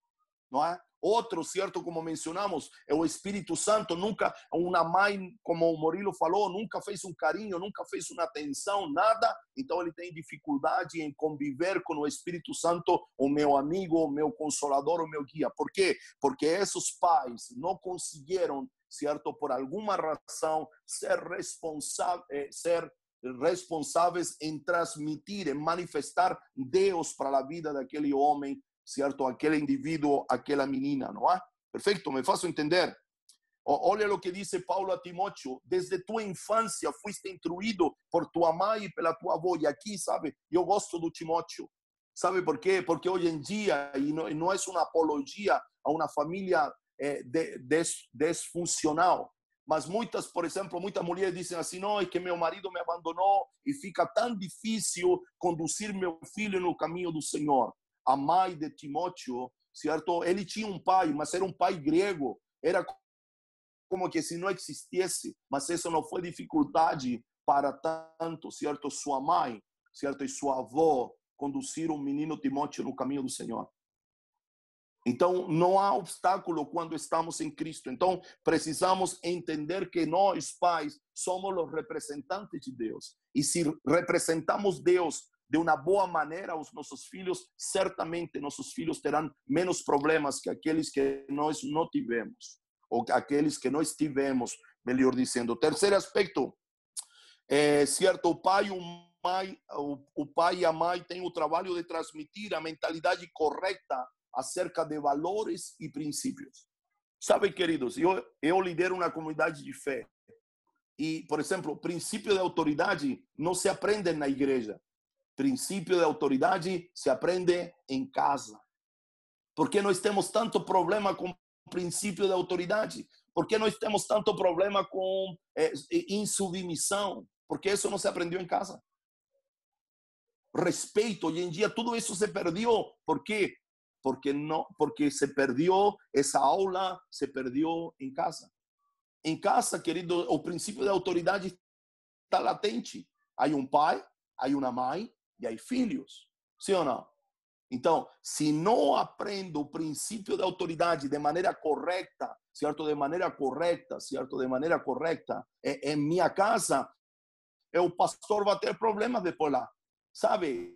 não é? Outro, certo, como mencionamos, é o Espírito Santo. Nunca, uma mãe, como o Murilo falou, nunca fez um carinho, nunca fez uma atenção, nada. Então ele tem dificuldade em conviver com o Espírito Santo, o meu amigo, o meu consolador, o meu guia. Por quê? Porque esses pais não conseguiram, certo, por alguma razão, ser responsáveis, ser responsáveis em transmitir, em manifestar Deus para a vida daquele homem, certo? Aquele indivíduo, aquela menina, não é? Perfeito, me faço entender. Olha o que diz Paulo a Timóteo: desde tua infância fuiste instruído por tua mãe e pela tua avó. E aqui, sabe, eu gosto do Timóteo. Sabe por quê? Porque hoje em dia, e não, não é uma apologia a uma família eh, de, des, desfuncional, mas muitas, por exemplo, muitas mulheres dizem assim: não, é que meu marido me abandonou e fica tão difícil conduzir meu filho no caminho do Senhor. A mãe de Timóteo, certo? Ele tinha um pai, mas era um pai grego. Era como que se não existisse, mas isso não foi dificuldade para tanto, certo? Sua mãe, certo? E sua avó conduzir o menino Timóteo no caminho do Senhor. Então, não há obstáculo quando estamos em Cristo. Então, precisamos entender que nós, pais, somos os representantes de Deus. E se representamos Deus de uma boa maneira aos nossos filhos, certamente nossos filhos terão menos problemas que aqueles que nós não tivemos, ou aqueles que nós tivemos, melhor dizendo. Terceiro aspecto, é certo, o pai, o, mãe, o, o pai e a mãe têm o trabalho de transmitir a mentalidade correta acerca de valores e princípios. Sabe, queridos, eu, eu lidero uma comunidade de fé. E, por exemplo, o princípio de autoridade não se aprende na igreja. Princípio de autoridade se aprende em casa. Por que nós temos tanto problema com o princípio de autoridade? Por que nós temos tanto problema com é, insubmissão? Porque isso não se aprendeu em casa. Respeito, hoje em dia tudo isso se perdeu. Por quê? Porque, não, porque se perdeu essa aula, se perdeu em casa. Em casa, querido, o princípio de autoridade está latente. Há um pai, há uma mãe, e aí filhos, sim ou não? Então, se não aprendo o princípio de autoridade de maneira correta, certo? De maneira correta, certo? De maneira correta, em minha casa, o pastor vai ter problemas depois lá, sabe?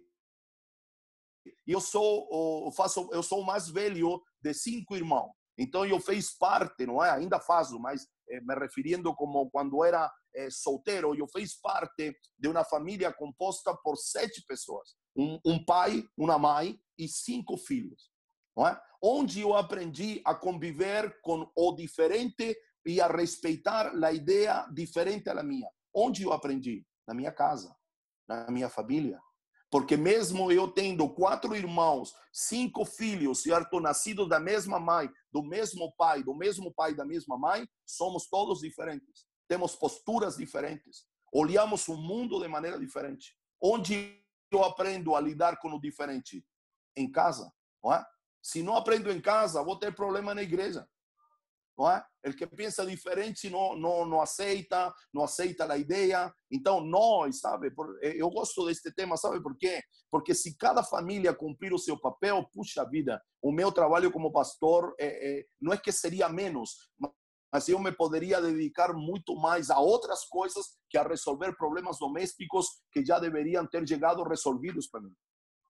Eu sou, eu faço, eu sou o mais velho de cinco irmãos. Então eu fiz parte, não é? Ainda faço, mas eh, me referindo como quando era eh, solteiro, eu fiz parte de uma família composta por sete pessoas, um, um pai, uma mãe e cinco filhos, não é? Onde eu aprendi a conviver com o diferente e a respeitar a ideia diferente da minha. Onde eu aprendi? Na minha casa, na minha família. Porque mesmo eu tendo quatro irmãos, cinco filhos, certo? Nascidos da mesma mãe, do mesmo pai, do mesmo pai, da mesma mãe, somos todos diferentes. Temos posturas diferentes. Olhamos o mundo de maneira diferente. Onde eu aprendo a lidar com o diferente? Em casa, não é? Se não aprendo em casa, vou ter problema na igreja. Não é? El que pensa diferente não, não, não aceita, não aceita a ideia. Então, nós, sabe, eu gosto deste tema, sabe por quê? Porque se cada família cumprir o seu papel, puxa vida, o meu trabalho como pastor é, é, não é que seria menos, mas eu me poderia dedicar muito mais a outras coisas que a resolver problemas domésticos que já deveriam ter chegado resolvidos para mim.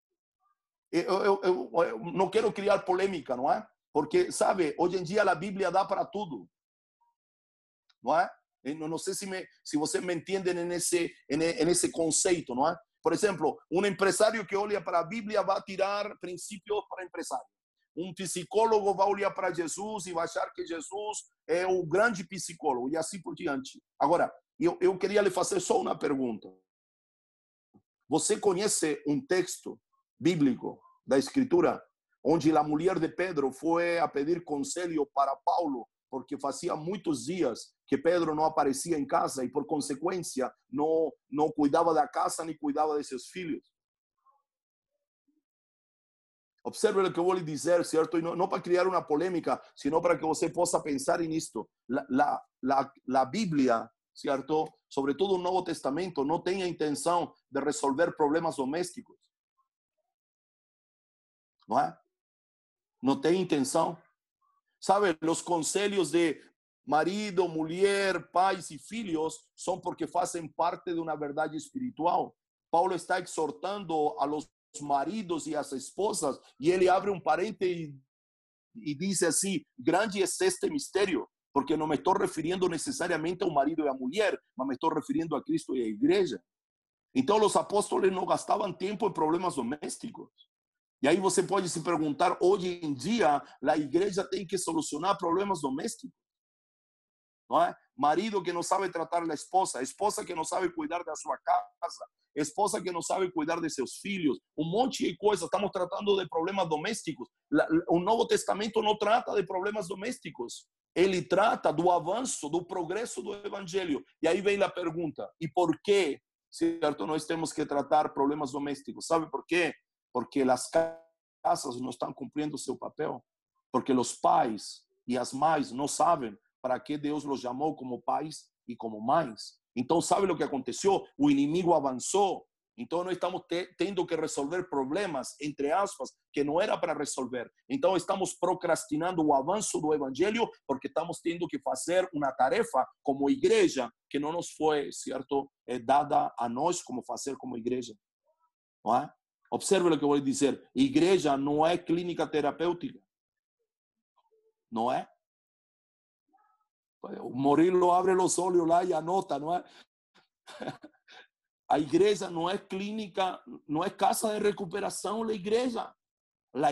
Eu, eu, eu, eu não quero criar polêmica, não é? Porque, sabe, hoje em dia a Bíblia dá para tudo. Não é? Eu não sei se, me, se você me entende nesse, nesse conceito, não é? Por exemplo, um empresário que olha para a Bíblia vai tirar princípios para empresário. Um psicólogo vai olhar para Jesus e vai achar que Jesus é o grande psicólogo e assim por diante. Agora, eu, eu queria lhe fazer só uma pergunta. Você conhece um texto bíblico da Escritura onde a mulher de Pedro foi a pedir conselho para Paulo, porque fazia muitos dias que Pedro não aparecia em casa e, por consequência, não, não cuidava da casa nem cuidava de seus filhos? Observe o que eu vou lhe dizer, certo? E não, não para criar uma polêmica, sino para que você possa pensar nisto. La, la, la, la Bíblia, certo? Sobretudo o Novo Testamento, não tem a intenção de resolver problemas domésticos. Não é? Não tem intenção. Sabe, os conselhos de marido, mulher, pais e filhos são porque fazem parte de uma verdade espiritual. Paulo está exortando a los maridos e as esposas, e ele abre um parênteses e diz assim: grande é este mistério, porque não me estou referindo necessariamente ao marido e à mulher, mas me estou referindo a Cristo e à igreja. Então, os apóstolos não gastavam tempo em problemas domésticos. E aí você pode se perguntar, hoje em dia, a igreja tem que solucionar problemas domésticos. Não é? Marido que não sabe tratar a esposa, esposa que não sabe cuidar da sua casa, esposa que não sabe cuidar de seus filhos, um monte de coisas. Estamos tratando de problemas domésticos. O Novo Testamento não trata de problemas domésticos. Ele trata do avanço, do progresso do evangelho. E aí vem a pergunta: e por que, certo, nós temos que tratar problemas domésticos? Sabe por quê? Porque as casas não estão cumprindo seu papel. Porque os pais e as mães não sabem para que Deus los chamou como pais e como mães. Então, sabe o que aconteceu? O inimigo avançou. Então, nós estamos te tendo que resolver problemas, entre aspas, que não era para resolver. Então, estamos procrastinando o avanço do evangelho porque estamos tendo que fazer uma tarefa como igreja que não nos foi, certo, é dada a nós como fazer como igreja. Não é? Observe o que eu vou dizer. Igreja não é clínica terapêutica. Não é? O Murilo abre os olhos lá e anota, não é? A igreja não é clínica, não é casa de recuperação, a igreja. A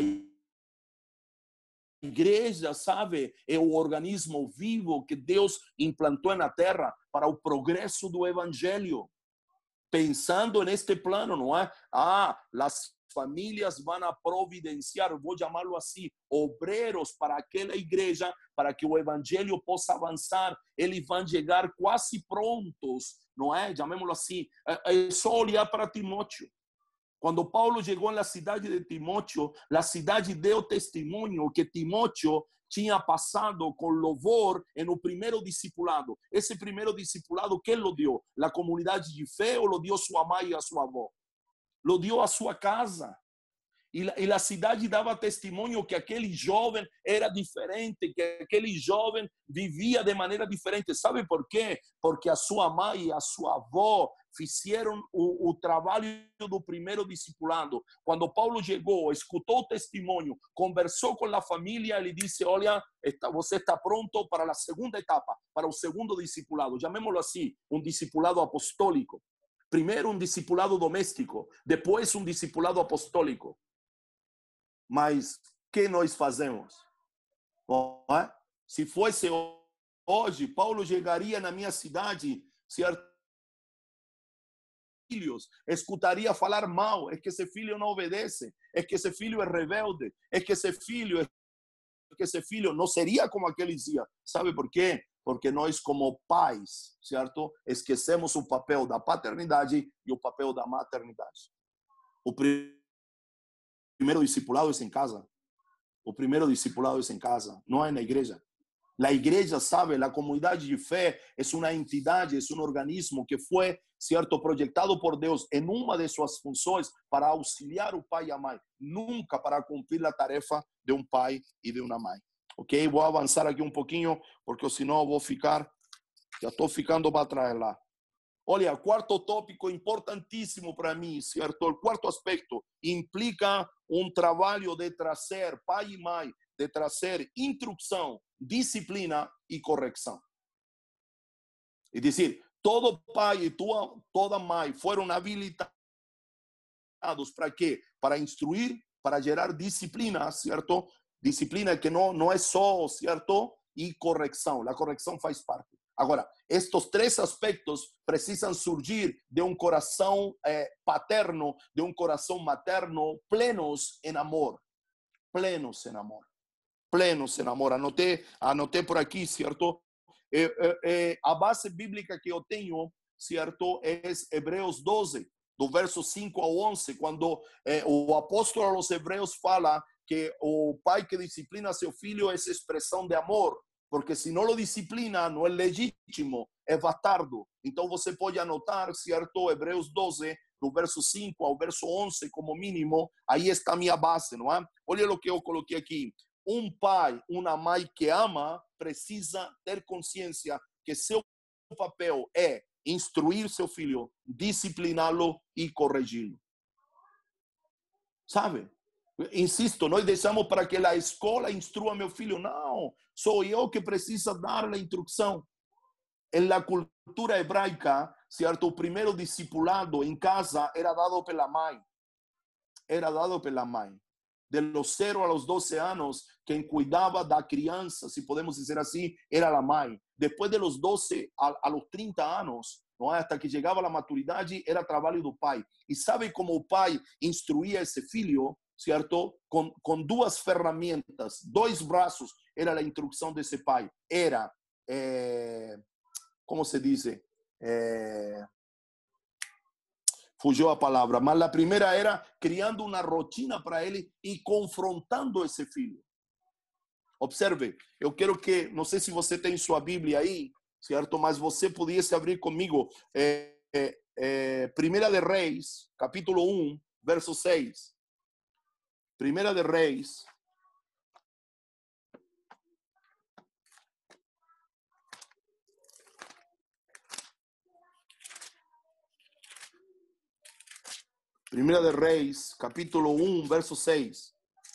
igreja, sabe, é o organismo vivo que Deus implantou na terra para o progresso do evangelho. Pensando neste plano, não é? Ah, as famílias vão a providenciar, vou chamá-lo assim, obreiros para aquela igreja, para que o evangelho possa avançar. Eles vão chegar quase prontos, não é? Chamemos-lo assim. É só olhar para Timóteo. Quando Paulo chegou na cidade de Timóteo, a cidade deu testemunho que Timóteo tinha passado com louvor no primeiro discipulado. Esse primeiro discipulado, quem lo deu? A comunidade de fé ou lo deu sua mãe e a sua avó? Lo deu a sua casa. E, e a cidade dava testemunho que aquele jovem era diferente, que aquele jovem vivia de maneira diferente. Sabe por quê? Porque a sua mãe e a sua avó fizeram o, o trabalho do primeiro discipulado. Quando Paulo chegou, escutou o testemunho, conversou com a família, ele disse: olha, está, você está pronto para a segunda etapa, para o segundo discipulado. Chamemos-lo assim, um discipulado apostólico. Primeiro um discipulado doméstico, depois um discipulado apostólico. Mas o que nós fazemos? Bom, é? Se fosse hoje, Paulo chegaria na minha cidade, certo? Filhos, escutaria falar mal, é que esse filho não obedece, é que esse filho é rebelde, é que esse filho, é que esse filho não seria como aquele dizia. Sabe por quê? Porque nós, como pais, certo? Esquecemos o papel da paternidade e o papel da maternidade. O primeiro discipulado é em casa. O primeiro discipulado é em casa, não é na igreja. A igreja, sabe, a comunidade de fé é uma entidade, é um organismo que foi, certo, projetado por Deus em uma de suas funções para auxiliar o pai e a mãe, nunca para cumprir a tarefa de um pai e de uma mãe. Ok? Vou avançar aqui um pouquinho, porque senão eu vou ficar, já estou ficando para trás lá. Olha, quarto tópico importantíssimo para mim, certo? O quarto aspecto implica um trabalho de trazer, pai e mãe, de trazer instrução, disciplina e correção. É dizer, todo pai e tua, toda mãe foram habilitados para quê? Para instruir, para gerar disciplina, certo? Disciplina que não, não é só, certo? E correção. A correção faz parte. Agora, estes três aspectos precisam surgir de um coração eh, paterno, de um coração materno, plenos em amor. Plenos em amor. Plenos em amor. Anotei, anotei por aqui, certo? Eh, eh, eh, a base bíblica que eu tenho, certo? É Hebreus doze, do verso cinco ao onze, quando eh, o apóstolo aos Hebreus fala que o pai que disciplina seu filho é expressão de amor. porque se não o disciplina, não é legítimo, é bastardo. Então você pode anotar, certo, Hebreus doze, do verso cinco ao verso onze, como mínimo, aí está a minha base, não é? Olha o que eu coloquei aqui. Um pai, uma mãe que ama, precisa ter consciência que seu papel é instruir seu filho, discipliná-lo e corrigi-lo. Sabe? Insisto, nós deixamos para que a escola instrua meu filho. Não, sou eu que preciso dar a instrução. Em la cultura hebraica, certo, o primeiro discipulado em casa era dado pela mãe. Era dado pela mãe. De los zero a los doce anos, quem cuidava da criança, se podemos dizer assim, era a mãe. Depois de los doce a, a los trinta anos, não é? Até que chegava a maturidade, era trabalho do pai. E sabe como o pai instruía esse filho, certo? Com, com duas ferramentas, dois braços, era a instrução desse pai. Era, é, como se diz? É, fugiu a palavra, mas a primeira era criando uma rotina para ele e confrontando esse filho. Observe, eu quero que, não sei se você tem sua Bíblia aí, certo? Mas você pudesse abrir comigo é, é, é, Primeira de Reis, capítulo um, verso seis. Primeira de Reis, Primeira de Reis, capítulo um, verso seis.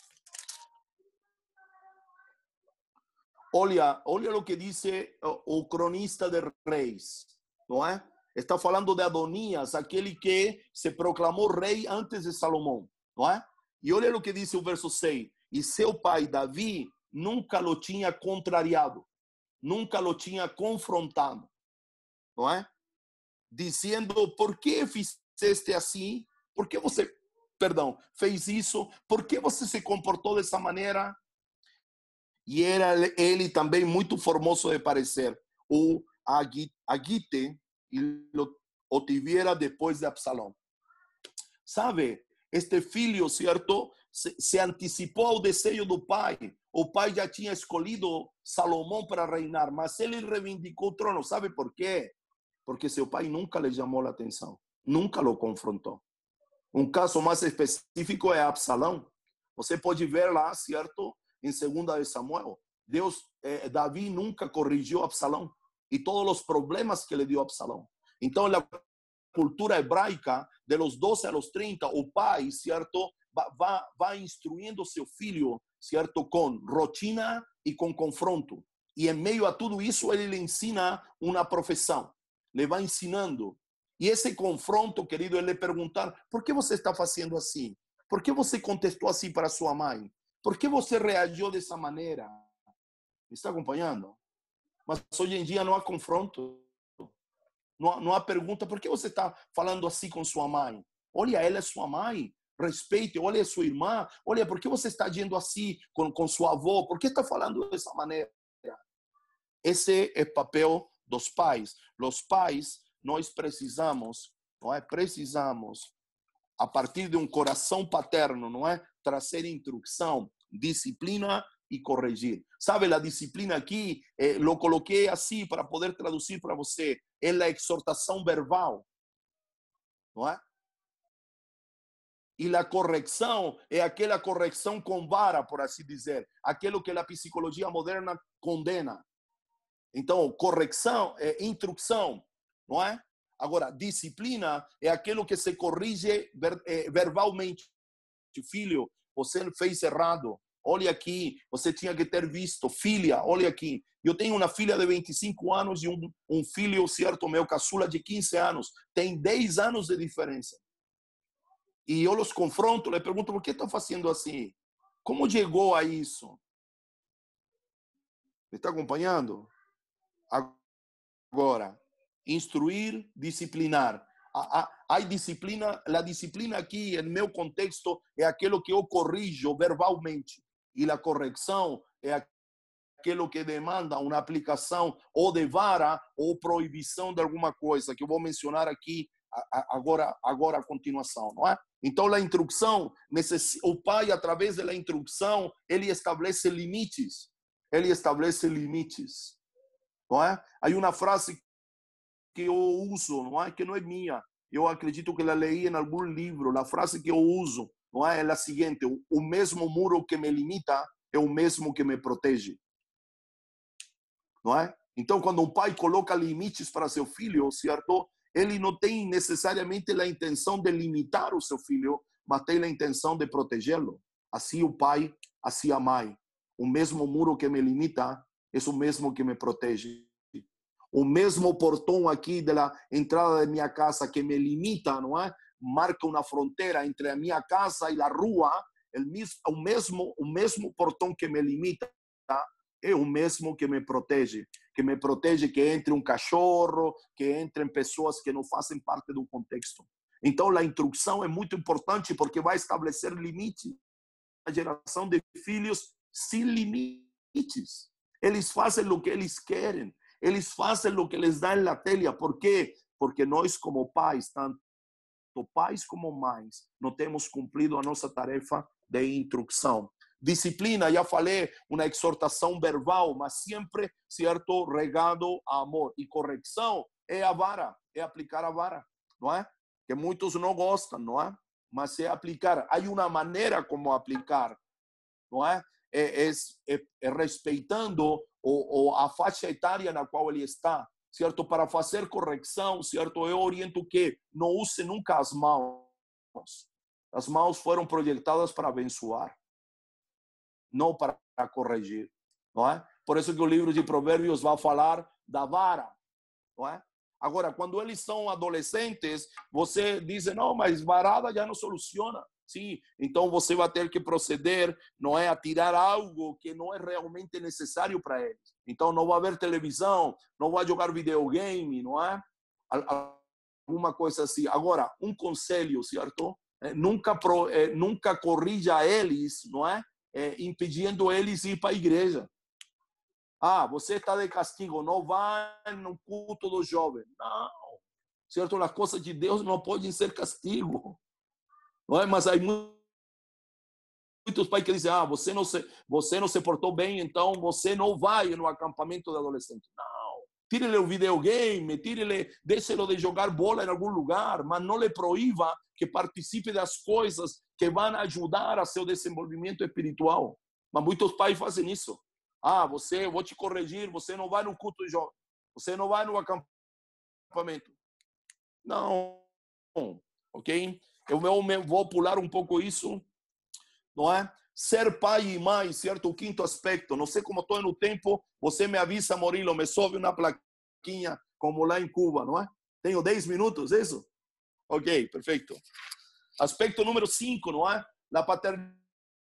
Olha, olha o que diz o, o cronista de Reis, não é? Está falando de Adonias, aquele que se proclamou rei antes de Salomão, não é? E olha o que diz o verso seis. E seu pai Davi nunca o tinha contrariado, nunca o tinha confrontado, não é? Dizendo, por que fizeste assim? Por que você, perdão, fez isso? Por que você se comportou dessa maneira? E era ele também muito formoso de parecer. O Agite o tivera depois de Absalão. Sabe, este filho, certo, se, se antecipou ao desejo do pai. O pai já tinha escolhido Salomão para reinar, mas ele reivindicou o trono. Sabe por quê? Porque seu pai nunca lhe chamou a atenção, nunca o confrontou. Um caso mais específico é Absalão. Você pode ver lá, certo, em segunda de Samuel. Deus, eh, Davi nunca corrigiu Absalão e todos os problemas que lhe deu Absalão. Então, na cultura hebraica, de los doze a los trinta, o pai, certo, vai, vai instruindo seu filho, certo, com rotina e com confronto. E em meio a tudo isso, ele lhe ensina uma profissão. Ele vai ensinando. E esse confronto, querido, ele perguntar, por que você está fazendo assim? Por que você contestou assim para sua mãe? Por que você reagiu dessa maneira? Me está acompanhando? Mas hoje em dia não há confronto. Não há, não há pergunta, por que você está falando assim com sua mãe? Olha, ela é sua mãe. Respeite, olha, é sua irmã. Olha, por que você está agindo assim com, com sua avó? Por que está falando dessa maneira? Esse é o papel dos pais. Os pais, nós precisamos, não é? Precisamos, a partir de um coração paterno, não é? Trazer instrução, disciplina e corrigir. Sabe, a disciplina aqui, eh, lo coloquei assim para poder traduzir para você, é a exortação verbal, não é? E a correção é aquela correção com vara, por assim dizer, aquilo que a psicologia moderna condena. Então, correção é instrução, não é? Agora, disciplina é aquilo que se corrige ver, eh, verbalmente. Filho, você fez errado. Olha aqui, você tinha que ter visto. Filha, olha aqui. Eu tenho uma filha de vinte e cinco anos e um, um filho, certo, meu caçula de quinze anos. Tem dez anos de diferença. E eu os confronto, lhe pergunto, por que estão fazendo assim? Como chegou a isso? Me está acompanhando? Agora, instruir, disciplinar. Há disciplina, a disciplina aqui, no meu contexto, é aquilo que eu corrijo verbalmente. E a correção é aquilo que demanda uma aplicação ou de vara ou proibição de alguma coisa, que eu vou mencionar aqui agora, agora a continuação, não é? Então, a instrução, o pai, através da instrução, ele estabelece limites. ele estabelece limites, não é? Há uma frase que eu uso, não é? Que não é minha. Eu acredito que ela leí em algum livro. A frase que eu uso, não é? É a seguinte: o mesmo muro que me limita é o mesmo que me protege. Não é? Então, quando um pai coloca limites para seu filho, certo? Ele não tem necessariamente a intenção de limitar o seu filho, mas tem a intenção de protegê-lo. Assim o pai, assim a mãe. O mesmo muro que me limita é o mesmo que me protege. O mesmo portão aqui da entrada da minha casa que me limita, não é? Marca uma fronteira entre a minha casa e a rua. O mesmo, o mesmo portão que me limita é o mesmo que me protege. Que me protege que entre um cachorro, que entrem pessoas que não fazem parte do contexto. Então, a instrução é muito importante porque vai estabelecer limites. A geração de filhos sem limites. Eles fazem o que eles querem. Eles fazem o que eles dão na telha. Por quê? Porque nós, como pais, tanto pais como mães, não temos cumprido a nossa tarefa de instrução. Disciplina, já falei, uma exortação verbal, mas sempre, certo, regado a amor. E correção é a vara, é aplicar a vara, não é? Que muitos não gostam, não é? Mas é aplicar. Há uma maneira como aplicar, não é? É, é, é, é respeitando o, o, a faixa etária na qual ele está, certo? Para fazer correção, certo? Eu oriento que não use nunca as mãos. As mãos foram projetadas para abençoar, não para corrigir, não é? Por isso que o livro de Provérbios vai falar da vara, não é? Agora, quando eles são adolescentes, você diz, não, mas varada já não soluciona. Sim, então você vai ter que proceder, não é, a tirar algo que não é realmente necessário para eles. Então não vai ver televisão, não vai jogar videogame, não é? Alguma coisa assim. Agora, um conselho, certo? É, nunca, pro, é, nunca corrija eles, não é? É, impedindo eles ir para a igreja. Ah, você está de castigo, não vai no culto do jovem. Não, certo? As coisas de Deus não podem ser castigo. Não é? Mas há muitos pais que dizem, ah, você não se, você não se portou bem, então você não vai no acampamento de adolescente. Não, tire-lhe o videogame, tire-lhe, deixe-lo de jogar bola em algum lugar, mas não lhe proíba que participe das coisas que vão ajudar a seu desenvolvimento espiritual. Mas muitos pais fazem isso. Ah, você, eu vou te corrigir, você não vai no culto de jovem, você não vai no acampamento. Não, ok? Eu vou pular um pouco isso, não é? Ser pai e mãe, certo? O quinto aspecto. Não sei como estou no tempo, você me avisa, Murilo, me sobe uma plaquinha, como lá em Cuba, não é? Tenho dez minutos, é isso? Ok, perfeito. Aspecto número cinco, não é? La paternidade.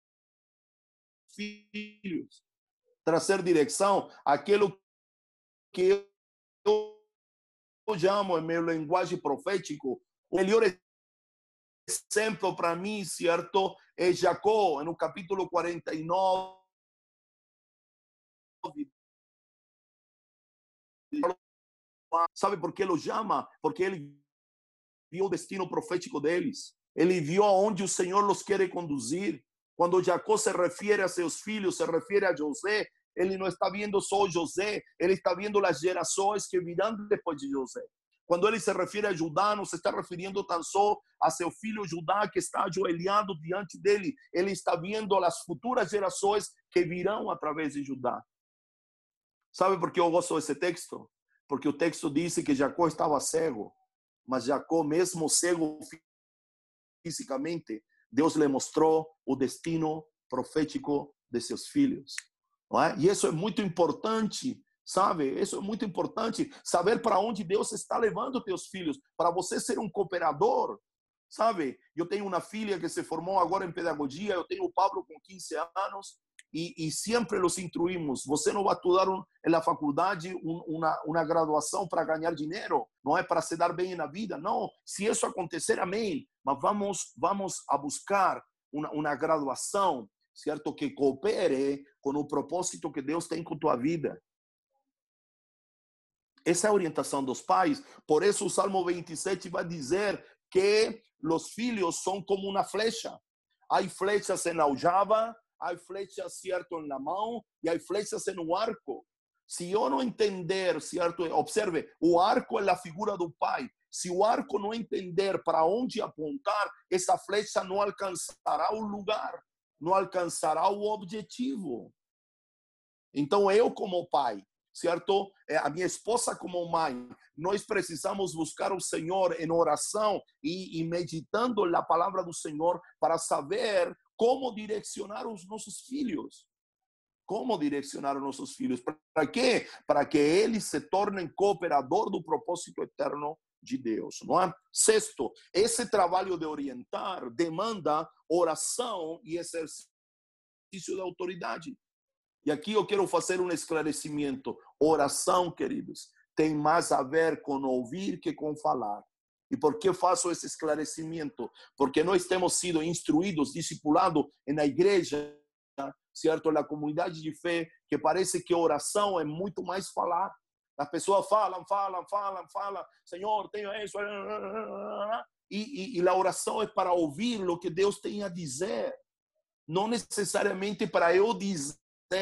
Filhos. Trazer direção, aquilo que eu chamo, em meu linguagem profético, o melhor exemplo para mim, certo, é Jacó, no capítulo quarenta e nove. Sabe por que ele o chama? Porque ele viu o destino profético deles. Ele viu aonde o Senhor os quer conduzir. Quando Jacó se refere a seus filhos, se refere a José, ele não está vendo só José, ele está vendo as gerações que virão depois de José. Quando ele se refere a Judá, não se está referindo tão só a seu filho Judá que está ajoelhado diante dele. Ele está vendo as futuras gerações que virão através de Judá. Sabe por que eu gosto desse texto? Porque o texto diz que Jacó estava cego, mas Jacó, mesmo cego fisicamente, Deus lhe mostrou o destino profético de seus filhos. Não é? E isso é muito importante, sabe? Isso é muito importante, saber para onde Deus está levando teus filhos, para você ser um cooperador, sabe? Eu tenho uma filha que se formou agora em pedagogia, eu tenho o Pablo com quinze anos, e, e sempre los instruímos, você não vai estudar um, na faculdade um, uma, uma graduação para ganhar dinheiro, não é para se dar bem na vida, não. Se isso acontecer, amém, mas vamos, vamos a buscar uma, uma graduação, certo? Que coopere com o propósito que Deus tem com tua vida. Essa é a orientação dos pais. Por isso o Salmo vinte e sete vai dizer que os filhos são como uma flecha. Há flechas em aljava, hay flechas, ¿cierto?, en la mano y hay flechas en un arco. Se eu não entender, certo? Observe, o arco é a figura do pai. Se o arco não entender para onde apontar, essa flecha não alcançará o lugar, não alcançará o objetivo. Então, eu como pai, certo? A minha esposa como mãe, nós precisamos buscar o Senhor em oração e, e meditando na palavra do Senhor para saber como direcionar os nossos filhos. Como direcionar os nossos filhos? Para quê? Para que eles se tornem cooperador do propósito eterno de Deus, não é? Sexto, esse trabalho de orientar demanda oração e exercício da autoridade. E aqui eu quero fazer um esclarecimento. Oração, queridos, tem mais a ver com ouvir que com falar. E por que faço esse esclarecimento? Porque nós temos sido instruídos, discipulados na igreja, certo? Na comunidade de fé, que parece que oração é muito mais falar. As pessoas falam, falam, falam, falam, Senhor, tenho isso. E, e, e a oração é para ouvir o que Deus tem a dizer. Não necessariamente para eu dizer,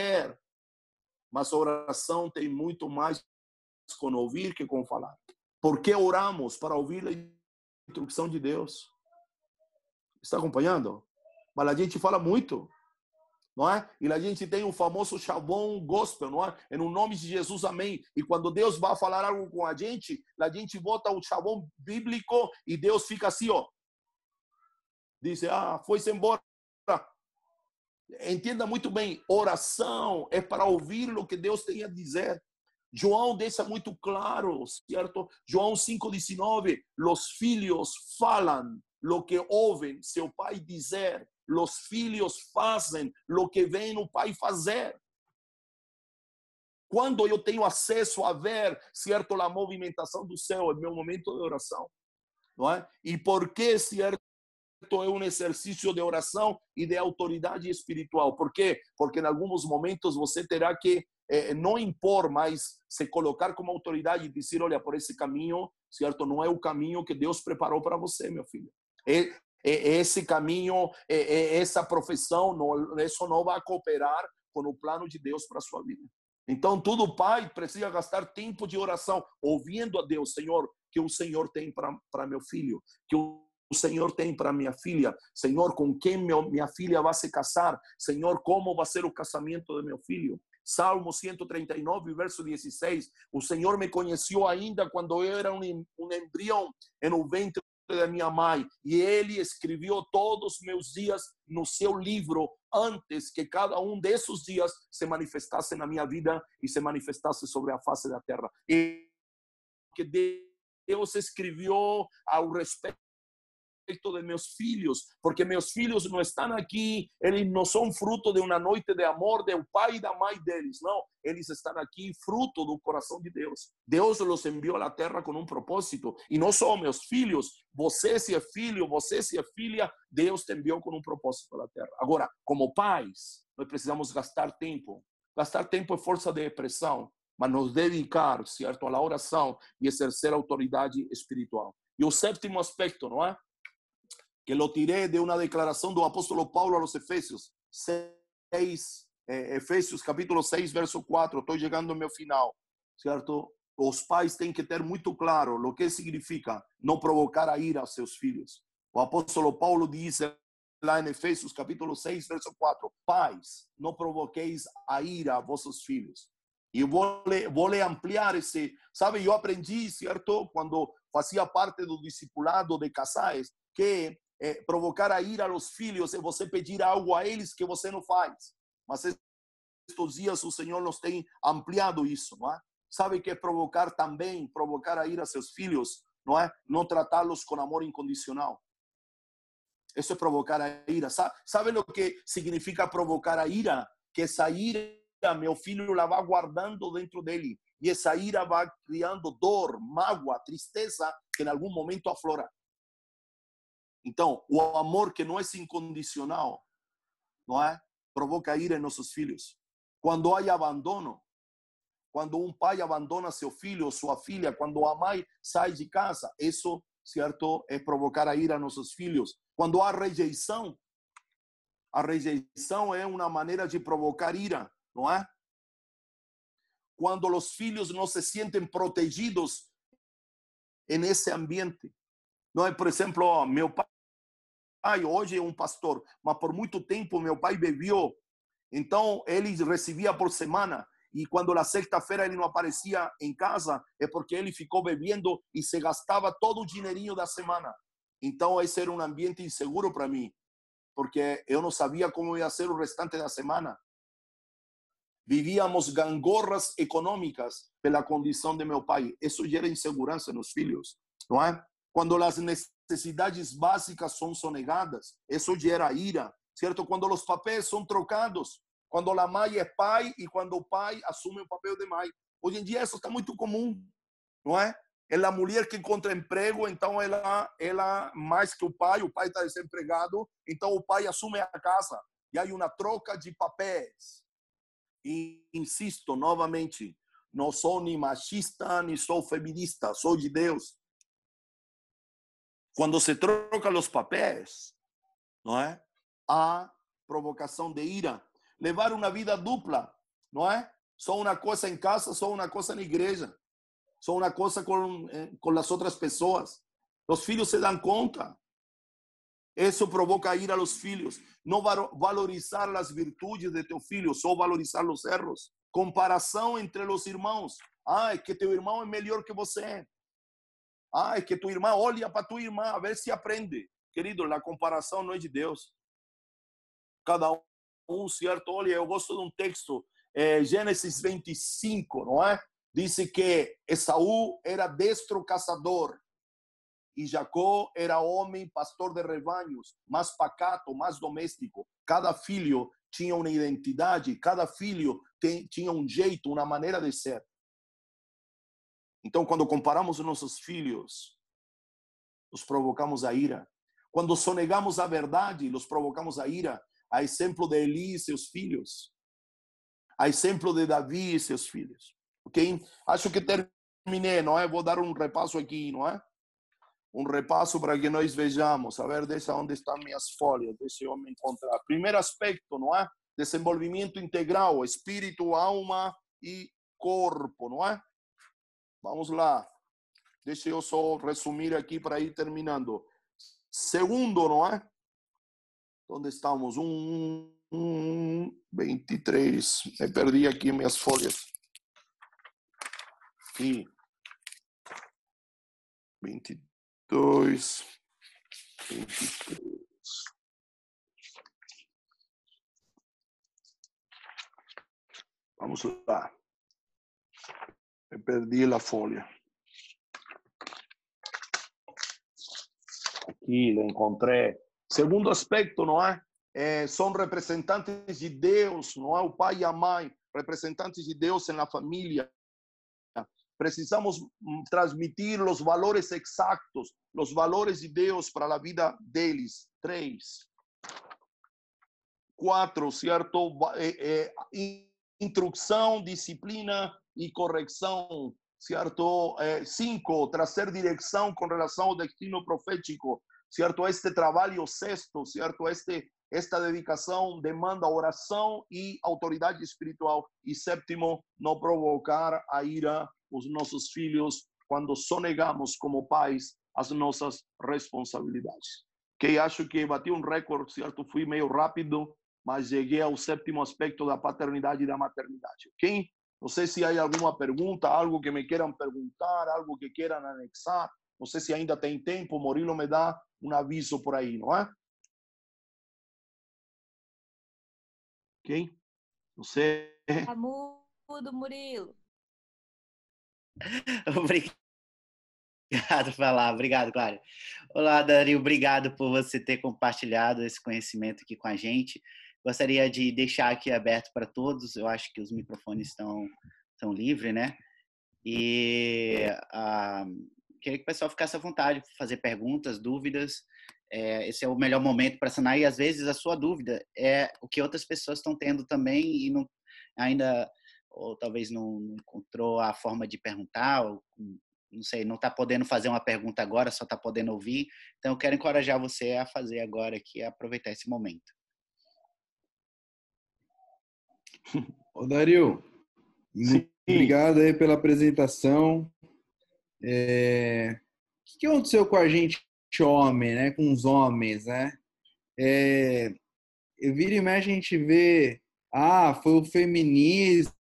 mas a oração tem muito mais com ouvir que com falar. Por que oramos? Para ouvir a instrução de Deus. Está acompanhando? Mas a gente fala muito. Não é? E a gente tem o famoso chavão gospel, não é? É no nome de Jesus, amém. E quando Deus vai falar algo com a gente, a gente bota o chavão bíblico e Deus fica assim, ó. Diz, ah, foi-se embora. Entenda muito bem, oração é para ouvir o que Deus tem a dizer. João deixa muito claro, certo? João cinco, dezenove, os filhos falam o que ouvem seu pai dizer. Os filhos fazem o que vem o pai fazer. Quando eu tenho acesso a ver, certo, a movimentação do céu, é meu momento de oração, não é? E por que, certo, é um exercício de oração e de autoridade espiritual? Por quê? Porque em alguns momentos você terá que eh, não impor, mas se colocar como autoridade e dizer, olha, por esse caminho, certo, não é o caminho que Deus preparou para você, meu filho. É, esse caminho, essa profissão, não, isso não vai cooperar com o plano de Deus para a sua vida. Então, todo pai precisa gastar tempo de oração, ouvindo a Deus, Senhor, que o Senhor tem para meu filho, que o Senhor tem para minha filha, Senhor, com quem meu, minha filha vai se casar, Senhor, como vai ser o casamento de meu filho. Salmo cento e trinta e nove, verso dezesseis, o Senhor me conheceu ainda quando eu era um, um embrião no ventre da minha mãe, e ele escreveu todos os meus dias no seu livro antes que cada um desses dias se manifestasse na minha vida e se manifestasse sobre a face da terra. E que Deus escreveu ao respeito de meus filhos, porque meus filhos não estão aqui, eles não são fruto de uma noite de amor do pai e da mãe deles, não, eles estão aqui fruto do coração de Deus. Deus os enviou à terra com um propósito, e não só meus filhos, você se é filho, você se é filha, Deus te enviou com um propósito à terra. Agora, como pais, nós precisamos gastar tempo, gastar tempo é força de expressão, mas nos dedicar, certo, à oração e exercer autoridade espiritual. E o sétimo aspecto, não é? Que lo tiré de una declaración do apóstolo Paulo a los Efesios seis, eh, Efesios capítulo seis, verso quatro. Estou chegando ao meu final, certo? Os pais têm que ter muito claro o que significa não provocar a ira aos seus filhos. O apóstolo Paulo diz lá em Efesios capítulo seis, verso quatro: pais, não provoqueis a ira a vossos filhos. E eu vou, vou lhe ampliar esse, sabe, eu aprendi, certo, quando fazia parte do discipulado de casais, que É, provocar a ira aos filhos é você pedir algo a eles que você não faz. Mas estes dias o Senhor nos tem ampliado isso, não é? Sabe que é provocar também, provocar a ira a seus filhos, não é? Não tratá-los com amor incondicional. Isso é provocar a ira. Sabe, sabe o que significa provocar a ira? Que essa ira, meu filho, la vai guardando dentro dele. E essa ira vai criando dor, mágoa, tristeza, que em algum momento aflora. Então, o amor que não é incondicional, não é? Provoca ira em nossos filhos. Quando há abandono, quando um pai abandona seu filho ou sua filha, quando a mãe sai de casa, isso, certo, é provocar a ira em nossos filhos. Quando há rejeição, A rejeição é uma maneira de provocar ira, não é? Quando os filhos não se sentem protegidos nesse ambiente. Não é, por exemplo, ó, meu pai hoje é um pastor, mas por muito tempo meu pai bebeu. Então ele recebia por semana. E quando na sexta-feira ele não aparecia em casa, é porque ele ficou bebendo e se gastava todo o dinheirinho da semana. Então esse era um ambiente inseguro para mim, porque eu não sabia como ia ser o restante da semana. Vivíamos gangorras econômicas pela condição de meu pai. Isso gera insegurança nos filhos, não é? Quando as necessidades básicas são sonegadas, isso gera ira, certo? Quando os papéis são trocados, quando a mãe é pai e quando o pai assume o papel de mãe. Hoje em dia isso está muito comum, não é? É a mulher que encontra emprego, então ela, ela mais que o pai, o pai está desempregado, então o pai assume a casa. E há uma troca de papéis. E insisto novamente, não sou nem machista, nem sou feminista, sou de Deus. Quando se troca os papéis, não é? Há provocação de ira. Levar uma vida dupla, não é? Só uma coisa em casa, só uma coisa na igreja. Só uma coisa com, com as outras pessoas. Os filhos se dão conta. Isso provoca ira aos filhos. Não valorizar as virtudes de teu filho, só valorizar os erros. Comparação entre os irmãos. Ah, é que teu irmão é melhor que você. Ah, é que tua irmã, olha para tua irmã, a ver se aprende. Querido, a comparação não é de Deus. Cada um, certo? Olha, eu gosto de um texto, é, Gênesis vinte e cinco, não é? Diz que Esaú era destro caçador e Jacó era homem pastor de rebanhos, mais pacato, mais doméstico. Cada filho tinha uma identidade, cada filho tem, tinha um jeito, uma maneira de ser. Então, quando comparamos os nossos filhos, os provocamos a ira. Quando sonegamos a verdade, os provocamos a ira. A exemplo de Eli e seus filhos. A exemplo de Davi e seus filhos. Ok? Acho que terminei, não é? Vou dar um repasso aqui, não é? Um repasso para que nós vejamos. A ver, deixa onde estão minhas folhas. Deixa eu me encontrar. Primeiro aspecto, não é? Desenvolvimento integral. Espírito, alma e corpo, não é? Vamos lá. Deixa eu só resumir aqui para ir terminando. Segundo, não é? Onde estamos? Um, um, vinte e três. Me perdi aqui minhas folhas. Aqui. vinte e dois. vinte e três. Vamos lá. Me perdi a folha. Aqui, la encontrei. Segundo aspecto, não é? é? São representantes de Deus, não é? O pai e a mãe, representantes de Deus na família. Precisamos transmitir os valores exatos, os valores de Deus para a vida deles. Três. Quatro, certo? É, é, instrução, disciplina e correção. Certo? É, cinco, trazer direção com relação ao destino profético, certo? Este trabalho sexto, certo? Este, esta dedicação demanda oração e autoridade espiritual. E sétimo, não provocar a ira os nossos filhos quando sonegamos como pais as nossas responsabilidades. Que acho que bati um recorde, certo? Fui meio rápido, mas cheguei ao sétimo aspecto da paternidade e da maternidade, ok? Não sei se há alguma pergunta, algo que me queiram perguntar, algo que queiram anexar. Não sei se ainda tem tempo. Murilo me dá um aviso por aí, não é? Ok? Não sei. Tá mudo, Murilo. Obrigado por falar. Obrigado, Cláudia. Olá, Dani. Obrigado por você ter compartilhado esse conhecimento aqui com a gente. Gostaria de deixar aqui aberto para todos. Eu acho que os microfones estão, estão livres, né? E ah, queria que o pessoal ficasse à vontade para fazer perguntas, dúvidas. É, esse é o melhor momento para sanar. E, às vezes, a sua dúvida é o que outras pessoas estão tendo também e não, ainda, ou talvez não encontrou a forma de perguntar, ou não sei, não está podendo fazer uma pergunta agora, só está podendo ouvir. Então, eu quero encorajar você a fazer agora aqui, a aproveitar esse momento. Ô, Dario, muito obrigado aí pela apresentação. É... O que aconteceu com a gente, homem, né? Com os homens, né? É... Eu vira e mexe, a gente vê, ah, foi o feminismo.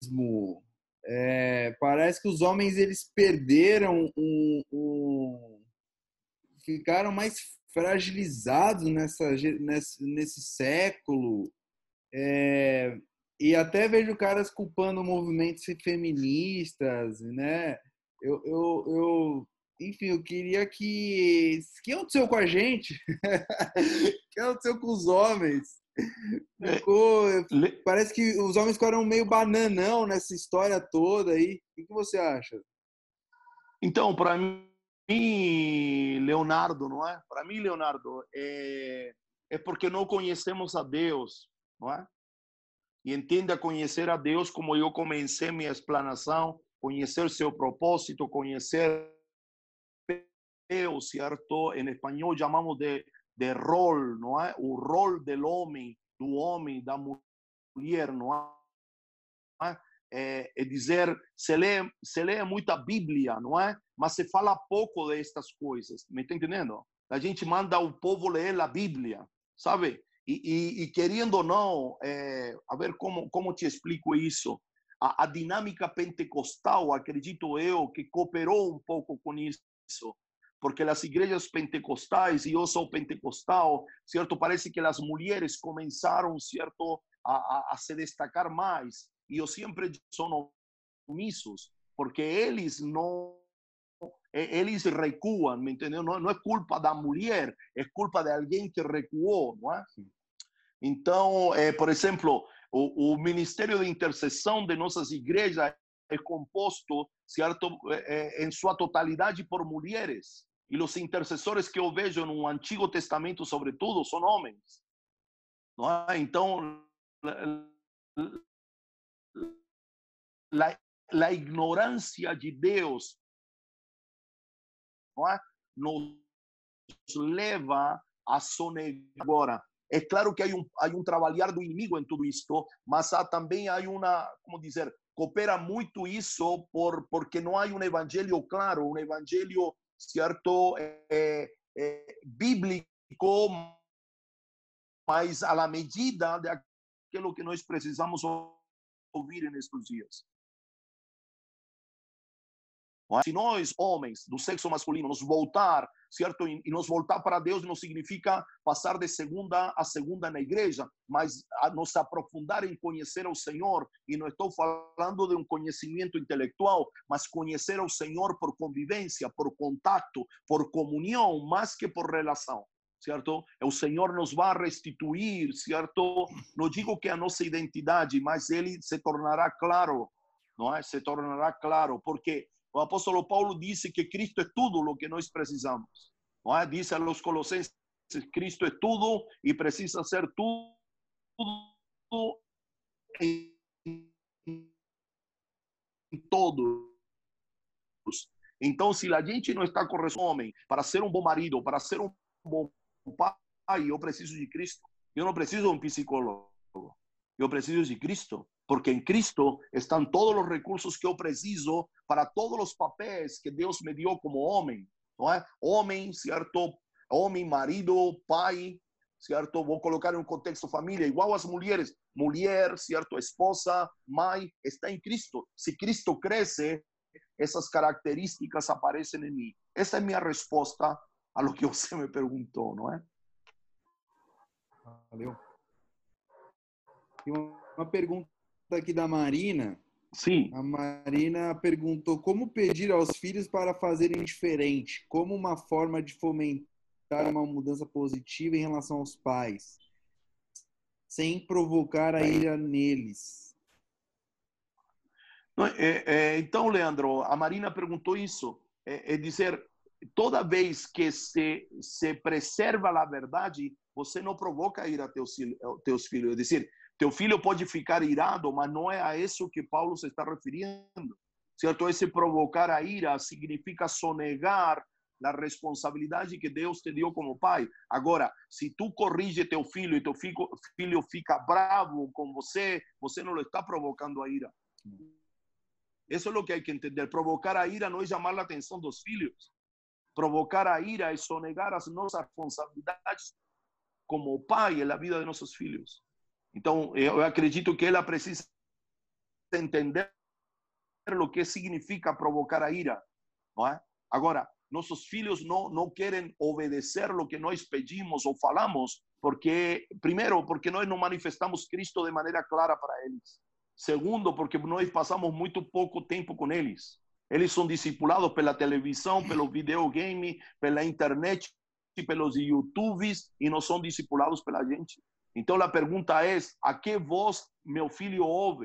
É... Parece que os homens, eles perderam um, um... ficaram mais fragilizados nessa, nesse, nesse século. É... E até vejo caras culpando movimentos feministas, né? Eu, eu, eu, enfim, eu queria que... O que aconteceu com a gente? O que aconteceu com os homens? Ficou, parece que os homens ficaram meio bananão nessa história toda aí. O que você acha? Então, para mim, Leonardo, não é? Para mim, Leonardo, é, é porque não conhecemos a Deus, não é? E entenda conhecer a Deus como eu comecei minha explanação, conhecer seu propósito, conhecer Deus, certo? Em espanhol chamamos de, de rol, não é? O rol do homem, do homem, da mulher, não é? É, é dizer, se lê, se lê muita Bíblia, não é? Mas se fala pouco destas coisas, me está entendendo? A gente manda o povo ler a Bíblia, sabe? E, e, e querendo ou não, é, a ver como, como te explico isso, a, a dinâmica pentecostal, acredito eu, que cooperou um pouco com isso, porque as igrejas pentecostais, e eu sou pentecostal, certo? Parece que as mulheres começaram, certo, a, a, a se destacar mais, e eu sempre são omissos, porque eles não eles recuam, me entendeu? Não, não é culpa da mulher, é culpa de alguém que recuou, não é? Então, é, por exemplo, o, o ministério de intercessão de nossas igrejas é composto, certo, é, em sua totalidade por mulheres. E os intercessores que eu vejo no Antigo Testamento, sobretudo, são homens. Não é? Então, a, a ignorância de Deus, não é? Nos leva a sonegar. Agora, é claro que há um, há um trabalhar do inimigo em tudo isto, mas há também há uma, como dizer, coopera muito isso por, porque não há um evangelho claro, um evangelho, certo, é, é, bíblico, mas à medida daquilo que nós precisamos ouvir nestes dias. Se nós, homens do sexo masculino, nos voltar, certo, e nos voltar para Deus, não significa passar de segunda a segunda na igreja, mas a nos aprofundar em conhecer o Senhor, e não estou falando de um conhecimento intelectual, mas conhecer o Senhor por convivência, por contato, por comunhão, mais que por relação, certo? O Senhor nos vai restituir, certo? Não digo que a nossa identidade, mas Ele se tornará claro, não é? Se tornará claro, porque o apóstolo Paulo disse que Cristo é tudo o que nós precisamos. Não é? Diz aos Colossenses, Cristo é tudo e precisa ser tudo em todos. Então, se a gente não está correto, homem, para ser um bom marido, para ser um bom pai, eu preciso de Cristo. Eu não preciso de um psicólogo. Eu preciso de Cristo. Porque em Cristo estão todos os recursos que eu preciso para todos os papéis que Deus me deu como homem, não é? Homem, certo? Homem, marido, pai, certo? Vou colocar em um contexto família, igual as mulheres. Mulher, certo? Esposa, mãe, está em Cristo. Se Cristo cresce, essas características aparecem em mim. Essa é a minha resposta a lo que você me perguntou, não é? Valeu. Tem uma pergunta aqui da Marina. Sim. A Marina perguntou como pedir aos filhos para fazerem diferente, como uma forma de fomentar uma mudança positiva em relação aos pais, sem provocar a ira neles. É, é, então, Leandro, a Marina perguntou isso, é, é dizer, toda vez que se, se preserva a verdade, você não provoca a ira a teus, teus filhos, é dizer, teu filho pode ficar irado, mas não é a isso que Paulo se está referindo, certo? Esse provocar a ira significa sonegar a responsabilidade que Deus te deu como pai. Agora, se tu corrige teu filho e teu filho, filho fica bravo com você, você não está provocando a ira. Isso é o que hay que entender. Provocar a ira não é chamar a atenção dos filhos. Provocar a ira é sonegar as nossas responsabilidades como pai na vida de nossos filhos. Então, eu acredito que ela precisa entender o que significa provocar a ira, não é? Agora, nossos filhos não, não querem obedecer o que nós pedimos ou falamos, porque, primeiro, porque nós não manifestamos Cristo de maneira clara para eles. Segundo, porque nós passamos muito pouco tempo com eles. Eles são discipulados pela televisão, pelo videogame, pela internet, pelos YouTubes, e não são discipulados pela gente. Então, a pergunta é, a que voz meu filho ouve?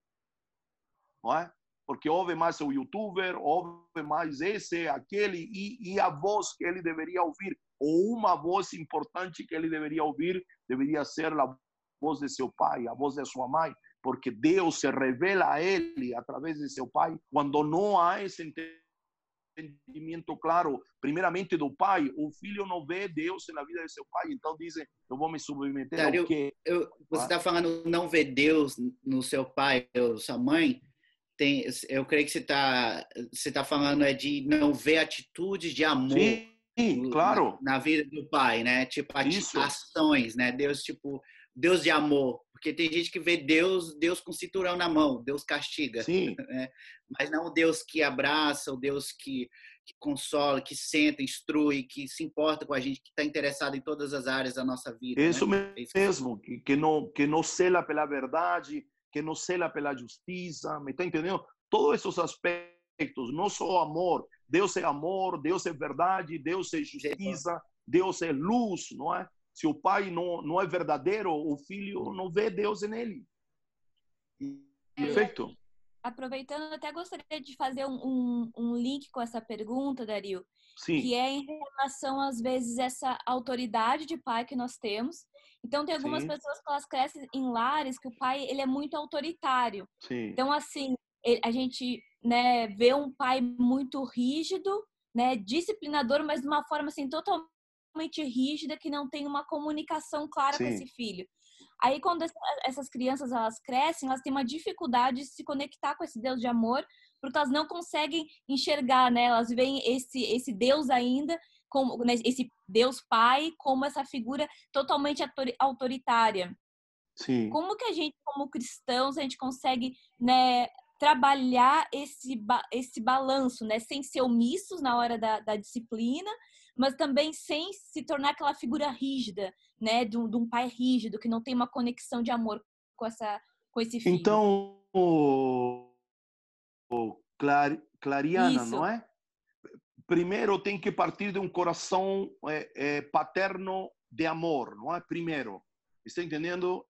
Não é? Porque ouve mais o youtuber, ouve mais esse, aquele, e, e a voz que ele deveria ouvir, ou uma voz importante que ele deveria ouvir, deveria ser a voz de seu pai, a voz de sua mãe, porque Deus se revela a ele através de seu pai, quando não há esse entendimento claro, primeiramente do pai, o filho não vê Deus na vida de seu pai, então dizem, eu vou me submeter Dário, ao quê? eu, você está ah? falando não ver Deus no seu pai ou sua mãe, tem, eu creio que você está você tá falando é de não ver atitudes de amor Sim, claro. na, na vida do pai, né? Tipo, ações, né? Deus, tipo, Deus de amor. Porque tem gente que vê Deus, Deus com cinturão na mão, Deus castiga. Sim. Né? Mas não o Deus que abraça, o Deus que, que consola, que senta, instrui, que se importa com a gente, que está interessado em todas as áreas da nossa vida. Isso né? mesmo, que, que, não, que não cela pela verdade, que não cela pela justiça, me está entendendo? Todos esses aspectos, não só amor, Deus é amor, Deus é verdade, Deus é justiça, Deus é luz, não é? Se o pai não, não é verdadeiro, o filho não vê Deus nele. Perfeito. Aproveitando, até gostaria de fazer um, um, um link com essa pergunta, Dario, Sim. Que é em relação, às vezes, essa autoridade de pai que nós temos. Então, tem algumas Sim. pessoas que elas crescem em lares que o pai ele é muito autoritário. Sim. Então, assim, ele, a gente né, vê um pai muito rígido, né, disciplinador, mas de uma forma assim, totalmente rígida, que não tem uma comunicação clara Sim. com esse filho. Aí, quando essas crianças elas crescem, elas têm uma dificuldade de se conectar com esse Deus de amor, porque elas não conseguem enxergar, né? Elas veem esse, esse Deus ainda, como, né? Esse Deus Pai, como essa figura totalmente autoritária. Sim. Como que a gente, como cristãos, a gente consegue, né, trabalhar esse, esse balanço, né? Sem ser omissos na hora da, da disciplina, mas também sem se tornar aquela figura rígida, né, de um, de um pai rígido, que não tem uma conexão de amor com, essa, com esse filho. Então, o, o Clar, Clariana, Isso. não é? Primeiro tem que partir de um coração é, é, paterno de amor, não é? Primeiro, está entendendo?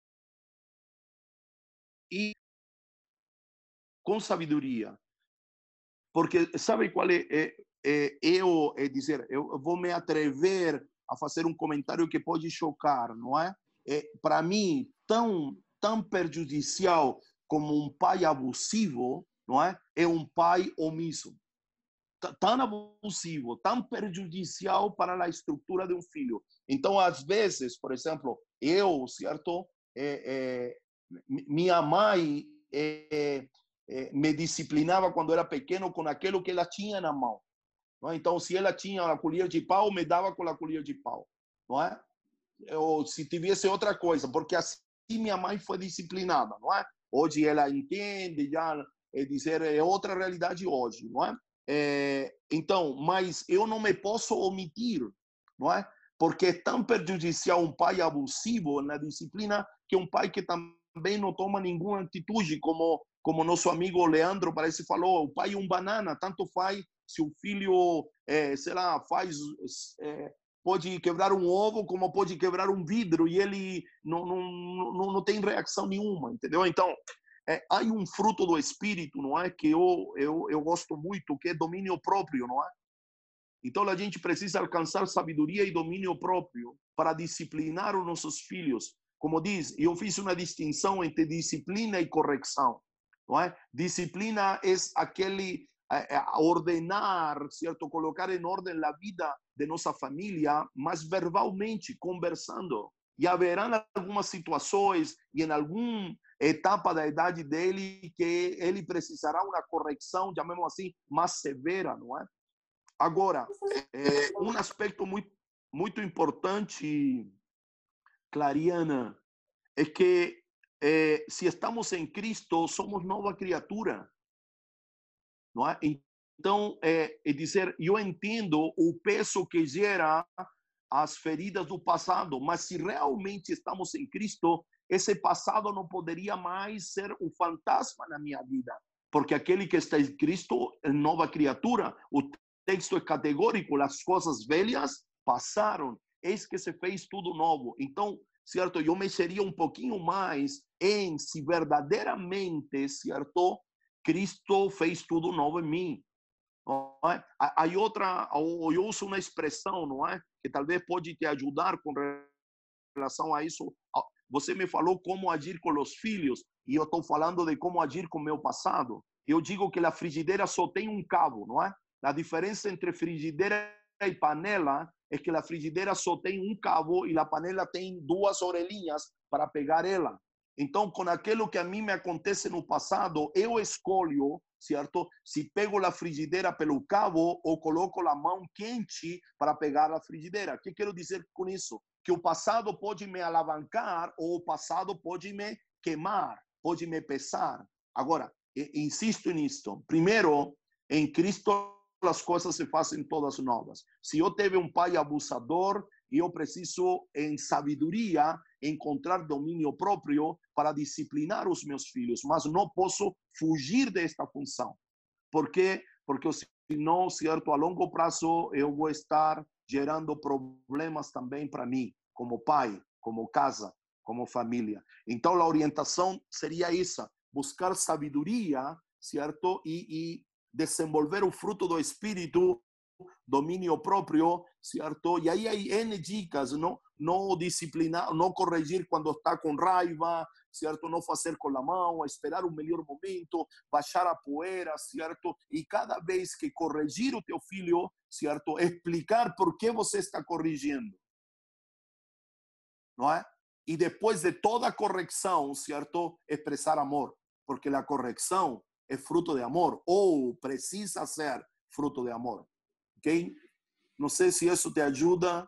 E com sabedoria. Porque sabe qual é, é, é eu é dizer, eu vou me atrever a fazer um comentário que pode chocar, não é? É para mim tão tão prejudicial como um pai abusivo, não é? É um pai omisso. Tão abusivo, tão prejudicial para a estrutura de um filho. Então, às vezes, por exemplo, eu, certo? É, é, minha mãe é, é, me disciplinava quando era pequeno com aquilo que ela tinha na mão. Não é? Então, se ela tinha a colher de pau, me dava com a colher de pau. Não é? Ou se tivesse outra coisa, porque assim minha mãe foi disciplinada. Não é? Hoje ela entende, já é dizer, é outra realidade hoje. Não é? É, então, mas eu não me posso omitir, não é? Porque é tão prejudicial um pai abusivo na disciplina que um pai que também não toma nenhuma atitude, como como nosso amigo Leandro parece falou, o pai é um banana, tanto faz se o filho, é, sei lá, faz, é, pode quebrar um ovo como pode quebrar um vidro e ele não, não, não, não tem reação nenhuma, entendeu? Então, É, há um fruto do Espírito, não é? Que eu, eu, eu gosto muito, que é domínio próprio, não é? Então, a gente precisa alcançar sabedoria e domínio próprio para disciplinar os nossos filhos. Como diz, eu fiz uma distinção entre disciplina e correção, não é? Disciplina é aquele, a, a ordenar, certo? Colocar em ordem a vida de nossa família, mas verbalmente, conversando. E haverão algumas situações e em alguma etapa da idade dele que ele precisará uma correção, chamemos assim, mais severa, não é? Agora, é, um aspecto muito, muito importante, Clariana, é que é, se estamos em Cristo, somos nova criatura, não é? Então, é, é dizer, eu entendo o peso que gera as feridas do passado, mas se realmente estamos em Cristo, esse passado não poderia mais ser um fantasma na minha vida, porque aquele que está em Cristo é nova criatura. O texto é categórico, as coisas velhas passaram, eis que se fez tudo novo. Então, certo, eu mexeria um pouquinho mais em se verdadeiramente, certo, Cristo fez tudo novo em mim. Não é? Aí outra, eu uso uma expressão, não é, que talvez pode te ajudar com relação a isso. Você me falou como agir com os filhos e eu estou falando de como agir com o meu passado. Eu digo que a frigideira só tem um cabo, não é? A diferença entre frigideira e panela é que a frigideira só tem um cabo e a panela tem duas orelhinhas para pegar ela. Então, com aquilo que a mim me acontece no passado, eu escolho, certo? Se pego a frigideira pelo cabo ou coloco a mão quente para pegar a frigideira. O que quero dizer com isso? Que o passado pode me alavancar ou o passado pode me queimar, pode me pesar. Agora, insisto nisto. Primeiro, em Cristo as coisas se fazem todas novas. Se eu tive um pai abusador, eu preciso, em sabedoria, encontrar domínio próprio para disciplinar os meus filhos, mas não posso fugir desta função. Por quê? Porque senão, certo, a longo prazo eu vou estar gerando problemas também para mim, como pai, como casa, como família. Então, a orientação seria essa, buscar sabedoria, certo? E, e desenvolver o fruto do Espírito, domínio próprio, certo? E aí hay N dicas, não, não disciplinar, não corrigir quando está com raiva, certo? Não fazer com a mão, esperar o melhor momento, baixar a poeira, certo? E cada vez que corrigir o teu filho, certo? Explicar por que você está corrigindo, não é? E depois de toda a correção, certo? Expressar amor, porque a correção é fruto de amor, ou precisa ser fruto de amor. Ok? Não sei se isso te ajuda.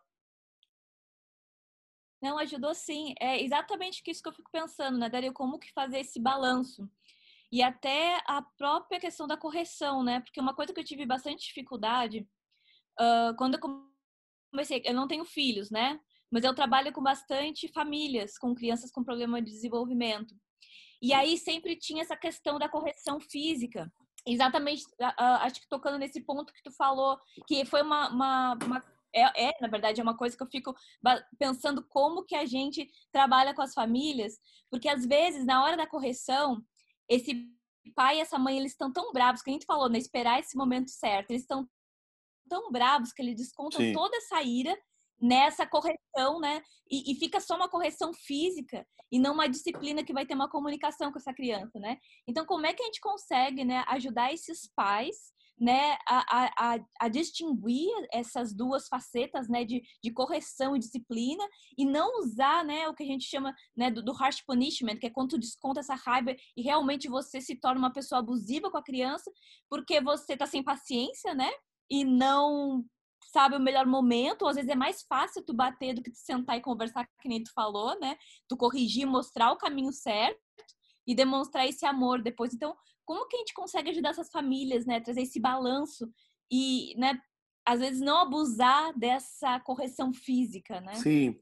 Não, ajudou sim. É exatamente isso que eu fico pensando, né, Dario? Como que fazer esse balanço? E até a própria questão da correção, né? Porque uma coisa que eu tive bastante dificuldade, uh, quando eu comecei, eu não tenho filhos, né? Mas eu trabalho com bastante famílias, com crianças com problema de desenvolvimento. E aí sempre tinha essa questão da correção física. Exatamente, acho que tocando nesse ponto que tu falou, que foi uma... uma, uma é, é, na verdade, é uma coisa que eu fico pensando como que a gente trabalha com as famílias, porque às vezes, na hora da correção, esse pai e essa mãe, eles estão tão bravos, que a gente falou, né? Esperar esse momento certo. Eles estão tão bravos que eles descontam Sim. toda essa ira nessa correção, né? E, e fica só uma correção física e não uma disciplina que vai ter uma comunicação com essa criança, né? Então, como é que a gente consegue, né, ajudar esses pais, né, a, a, a distinguir essas duas facetas, né, de, de correção e disciplina e não usar, né, o que a gente chama, né, do, do harsh punishment, que é quando tu desconta essa raiva e realmente você se torna uma pessoa abusiva com a criança porque você tá sem paciência, né? E não sabe o melhor momento, ou às vezes é mais fácil tu bater do que tu sentar e conversar, que nem tu falou, né? Tu corrigir, mostrar o caminho certo e demonstrar esse amor depois. Então, como que a gente consegue ajudar essas famílias, né? Trazer esse balanço e, né? Às vezes não abusar dessa correção física, né? Sim.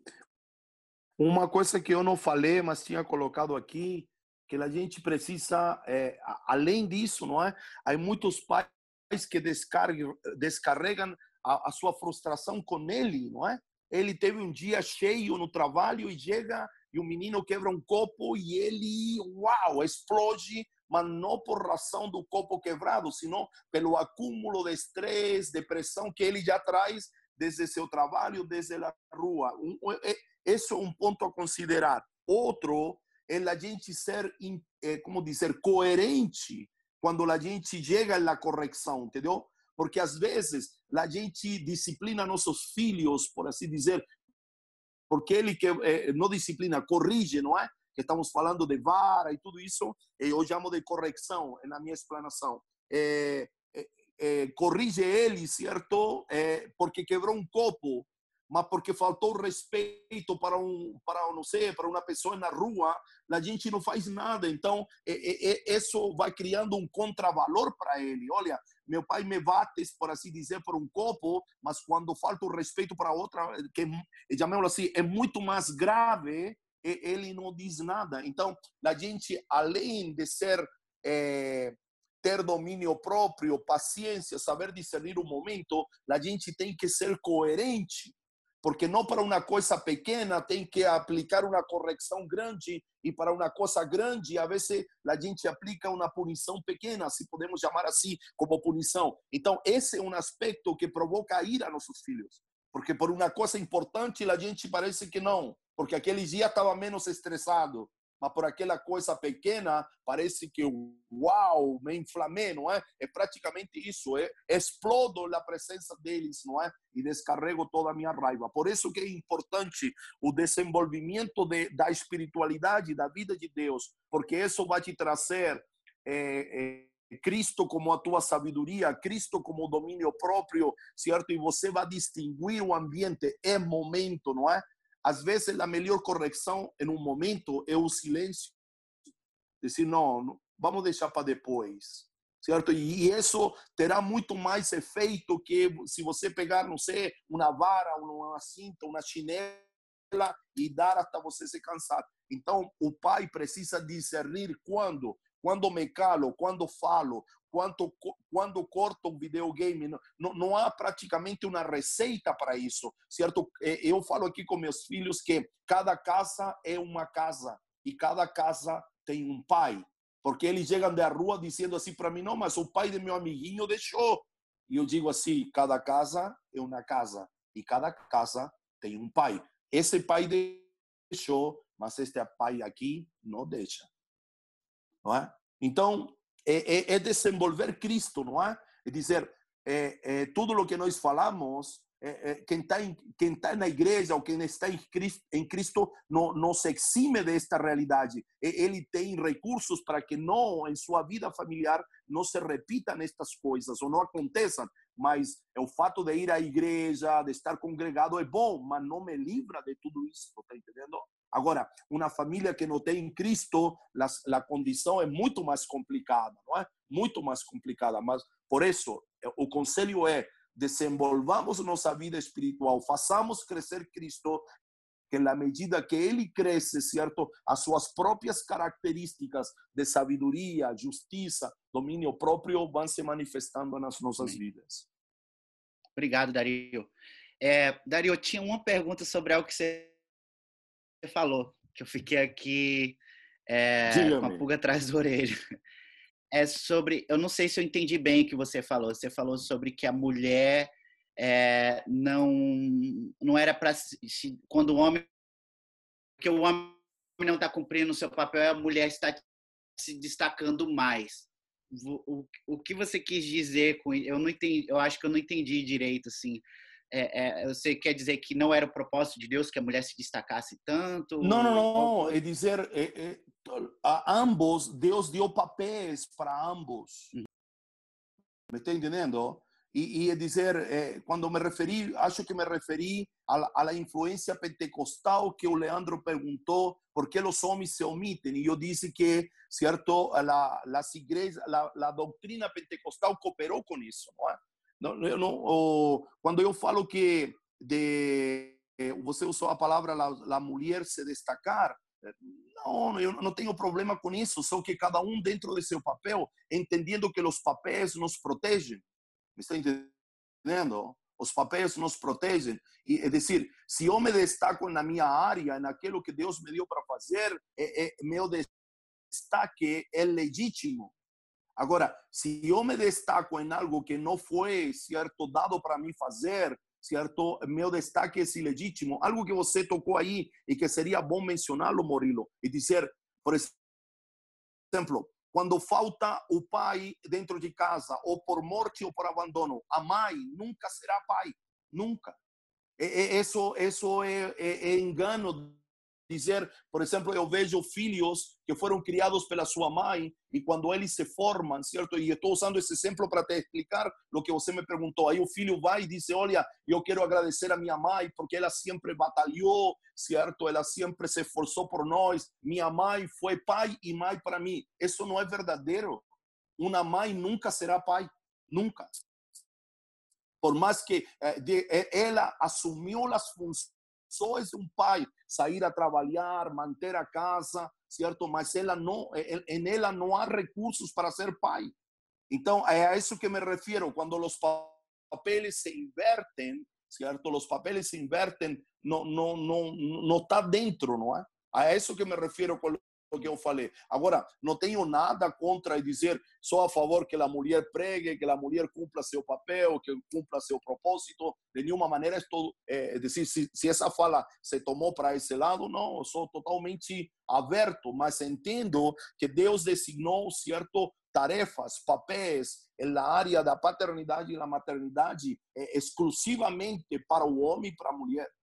Uma coisa que eu não falei, mas tinha colocado aqui, que a gente precisa, é, além disso, não é? Há muitos pais que descarregam, descarregam a, a sua frustração com ele, não é? Ele teve um dia cheio no trabalho e chega e o menino quebra um copo e ele, uau, explode, mas não por razão do copo quebrado, senão pelo acúmulo de estresse, de pressão que ele já traz desde seu trabalho, desde a rua. Um, esse é um ponto a considerar. Outro é a gente ser, como dizer, coerente quando a gente chega na correção, entendeu? Porque às vezes a gente disciplina nossos filhos, por assim dizer, porque ele que eh, não disciplina, corrige, não é? Que estamos falando de vara e tudo isso, eu chamo de correção na minha explanação. É, é, é, corrige ele, certo? É, porque quebrou um copo, mas porque faltou respeito para um, para não sei, para uma pessoa na rua, a gente não faz nada. Então, é, é, isso vai criando um contravalor para ele. Olha, meu pai me bate, por assim dizer, por um copo, mas quando falta o respeito para outra, que chamemos assim, é muito mais grave, ele não diz nada. Então, a gente, além de ser é, ter domínio próprio, paciência, saber discernir o momento, a gente tem que ser coerente. Porque não para uma coisa pequena tem que aplicar uma correção grande, e para uma coisa grande, a vezes, a gente aplica uma punição pequena, se podemos chamar assim, como punição. Então, esse é um aspecto que provoca ira a nossos filhos. Porque por uma coisa importante, a gente parece que não. Porque aquele dia estava menos estressado. Mas por aquela coisa pequena, parece que, uau, me inflamei, não é? É praticamente isso, é? Explodo na presença deles, não é? E descarrego toda a minha raiva. Por isso que é importante o desenvolvimento de, da espiritualidade, da vida de Deus, porque isso vai te trazer é, é, Cristo como a tua sabedoria, Cristo como o domínio próprio, certo? E você vai distinguir o ambiente, é momento, não é? Às vezes, a melhor correção em um momento é o silêncio. Dizer, não, não vamos deixar para depois. Certo? E isso terá muito mais efeito que se você pegar, não sei, uma vara, uma cinta, uma chinela e dar até você se cansar. Então, o pai precisa discernir quando, quando me calo, quando falo, quando, quando corto um videogame. Não, não, não há praticamente uma receita para isso, certo? Eu falo aqui com meus filhos que cada casa é uma casa e cada casa tem um pai, porque eles chegam da rua dizendo assim para mim, não, mas o pai de meu amiguinho deixou. E eu digo assim, cada casa é uma casa e cada casa tem um pai. Esse pai deixou, mas este pai aqui não deixa. Não é? Então, é, é, é desenvolver Cristo, não é? É dizer, é, é, tudo o que nós falamos, é, é, quem está quem tá na igreja ou quem está em Cristo, em Cristo não, não se exime desta realidade. Ele tem recursos para que não, em sua vida familiar, não se repitam estas coisas ou não aconteçam. Mas o fato de ir à igreja, de estar congregado é bom, mas não me livra de tudo isso, está entendendo? Agora, uma família que não tem Cristo, a, a condição é muito mais complicada, não é? Muito mais complicada. Mas, por isso, o conselho é desenvolvamos nossa vida espiritual, façamos crescer Cristo, que na medida que ele cresce, certo, as suas próprias características de sabedoria, justiça, domínio próprio vão se manifestando nas nossas Amém. vidas. Obrigado, Dario. É, Dario, eu tinha uma pergunta sobre algo que você falou, que eu fiquei aqui é, com a pulga atrás da orelha. É sobre, eu não sei se eu entendi bem o que você falou. Você falou sobre que a mulher é, não não era para quando o homem, que o homem não está cumprindo o seu papel, a mulher está se destacando mais. O, o, o que você quis dizer com isso? Eu não entendi, eu acho que eu não entendi direito, assim. É, é, você quer dizer que não era o propósito de Deus que a mulher se destacasse tanto? Não, não, não. É dizer, é, é, a ambos, Deus deu papéis para ambos. Uhum. Me está entendendo? E, e é dizer, é, quando me referi, acho que me referi à influência pentecostal que o Leandro perguntou por que os homens se omitem. E eu disse que, certo, a, as igrejas, a, a doutrina pentecostal cooperou com isso, não é? Não, eu não, oh, quando eu falo que de, você usou a palavra a, a mulher se destacar, não, eu não tenho problema com isso, só que cada um dentro de seu papel, entendendo que os papéis nos protegem. Me está entendendo? Os papéis nos protegem. E, é dizer, se eu me destaco na minha área, naquilo que Deus me deu para fazer, é, é, meu destaque é legítimo. Agora, se eu me destaco em algo que não foi, certo, dado para mim fazer, certo, meu destaque é ilegítimo. Algo que você tocou aí e que seria bom mencioná-lo, Murilo, e dizer, por exemplo, quando falta o pai dentro de casa, ou por morte ou por abandono, a mãe nunca será pai, nunca. Isso, isso é, é, é engano. Dizer, por exemplo, eu vejo filhos que foram criados pela sua mãe e quando eles se formam, certo? E estou usando esse exemplo para te explicar o que você me perguntou. Aí o filho vai e diz, olha, eu quero agradecer a minha mãe porque ela sempre batalhou, certo? Ela sempre se esforçou por nós. Minha mãe foi pai e mãe para mim. Isso não é verdadeiro. Uma mãe nunca será pai, nunca. Por mais que eh, de, ela assumiu as funções de um pai, sair a trabalhar, manter a casa, certo? Mas ela não, em ela não há recursos para ser pai. Então, é a isso que me refiro. Quando os papeles se invertem, certo? Os papeles se invertem, não, não, não, não está dentro, não é? A isso que me refiro com o que eu falei. Agora, não tenho nada contra dizer, sou a favor que a mulher pregue, que a mulher cumpra seu papel, que cumpra seu propósito. De nenhuma maneira estou, é, dizer, se, se essa fala se tomou para esse lado, não, eu sou totalmente aberto, mas entendo que Deus designou, certo, tarefas, papéis na área da paternidade e da maternidade é, exclusivamente para o homem e para a mulher.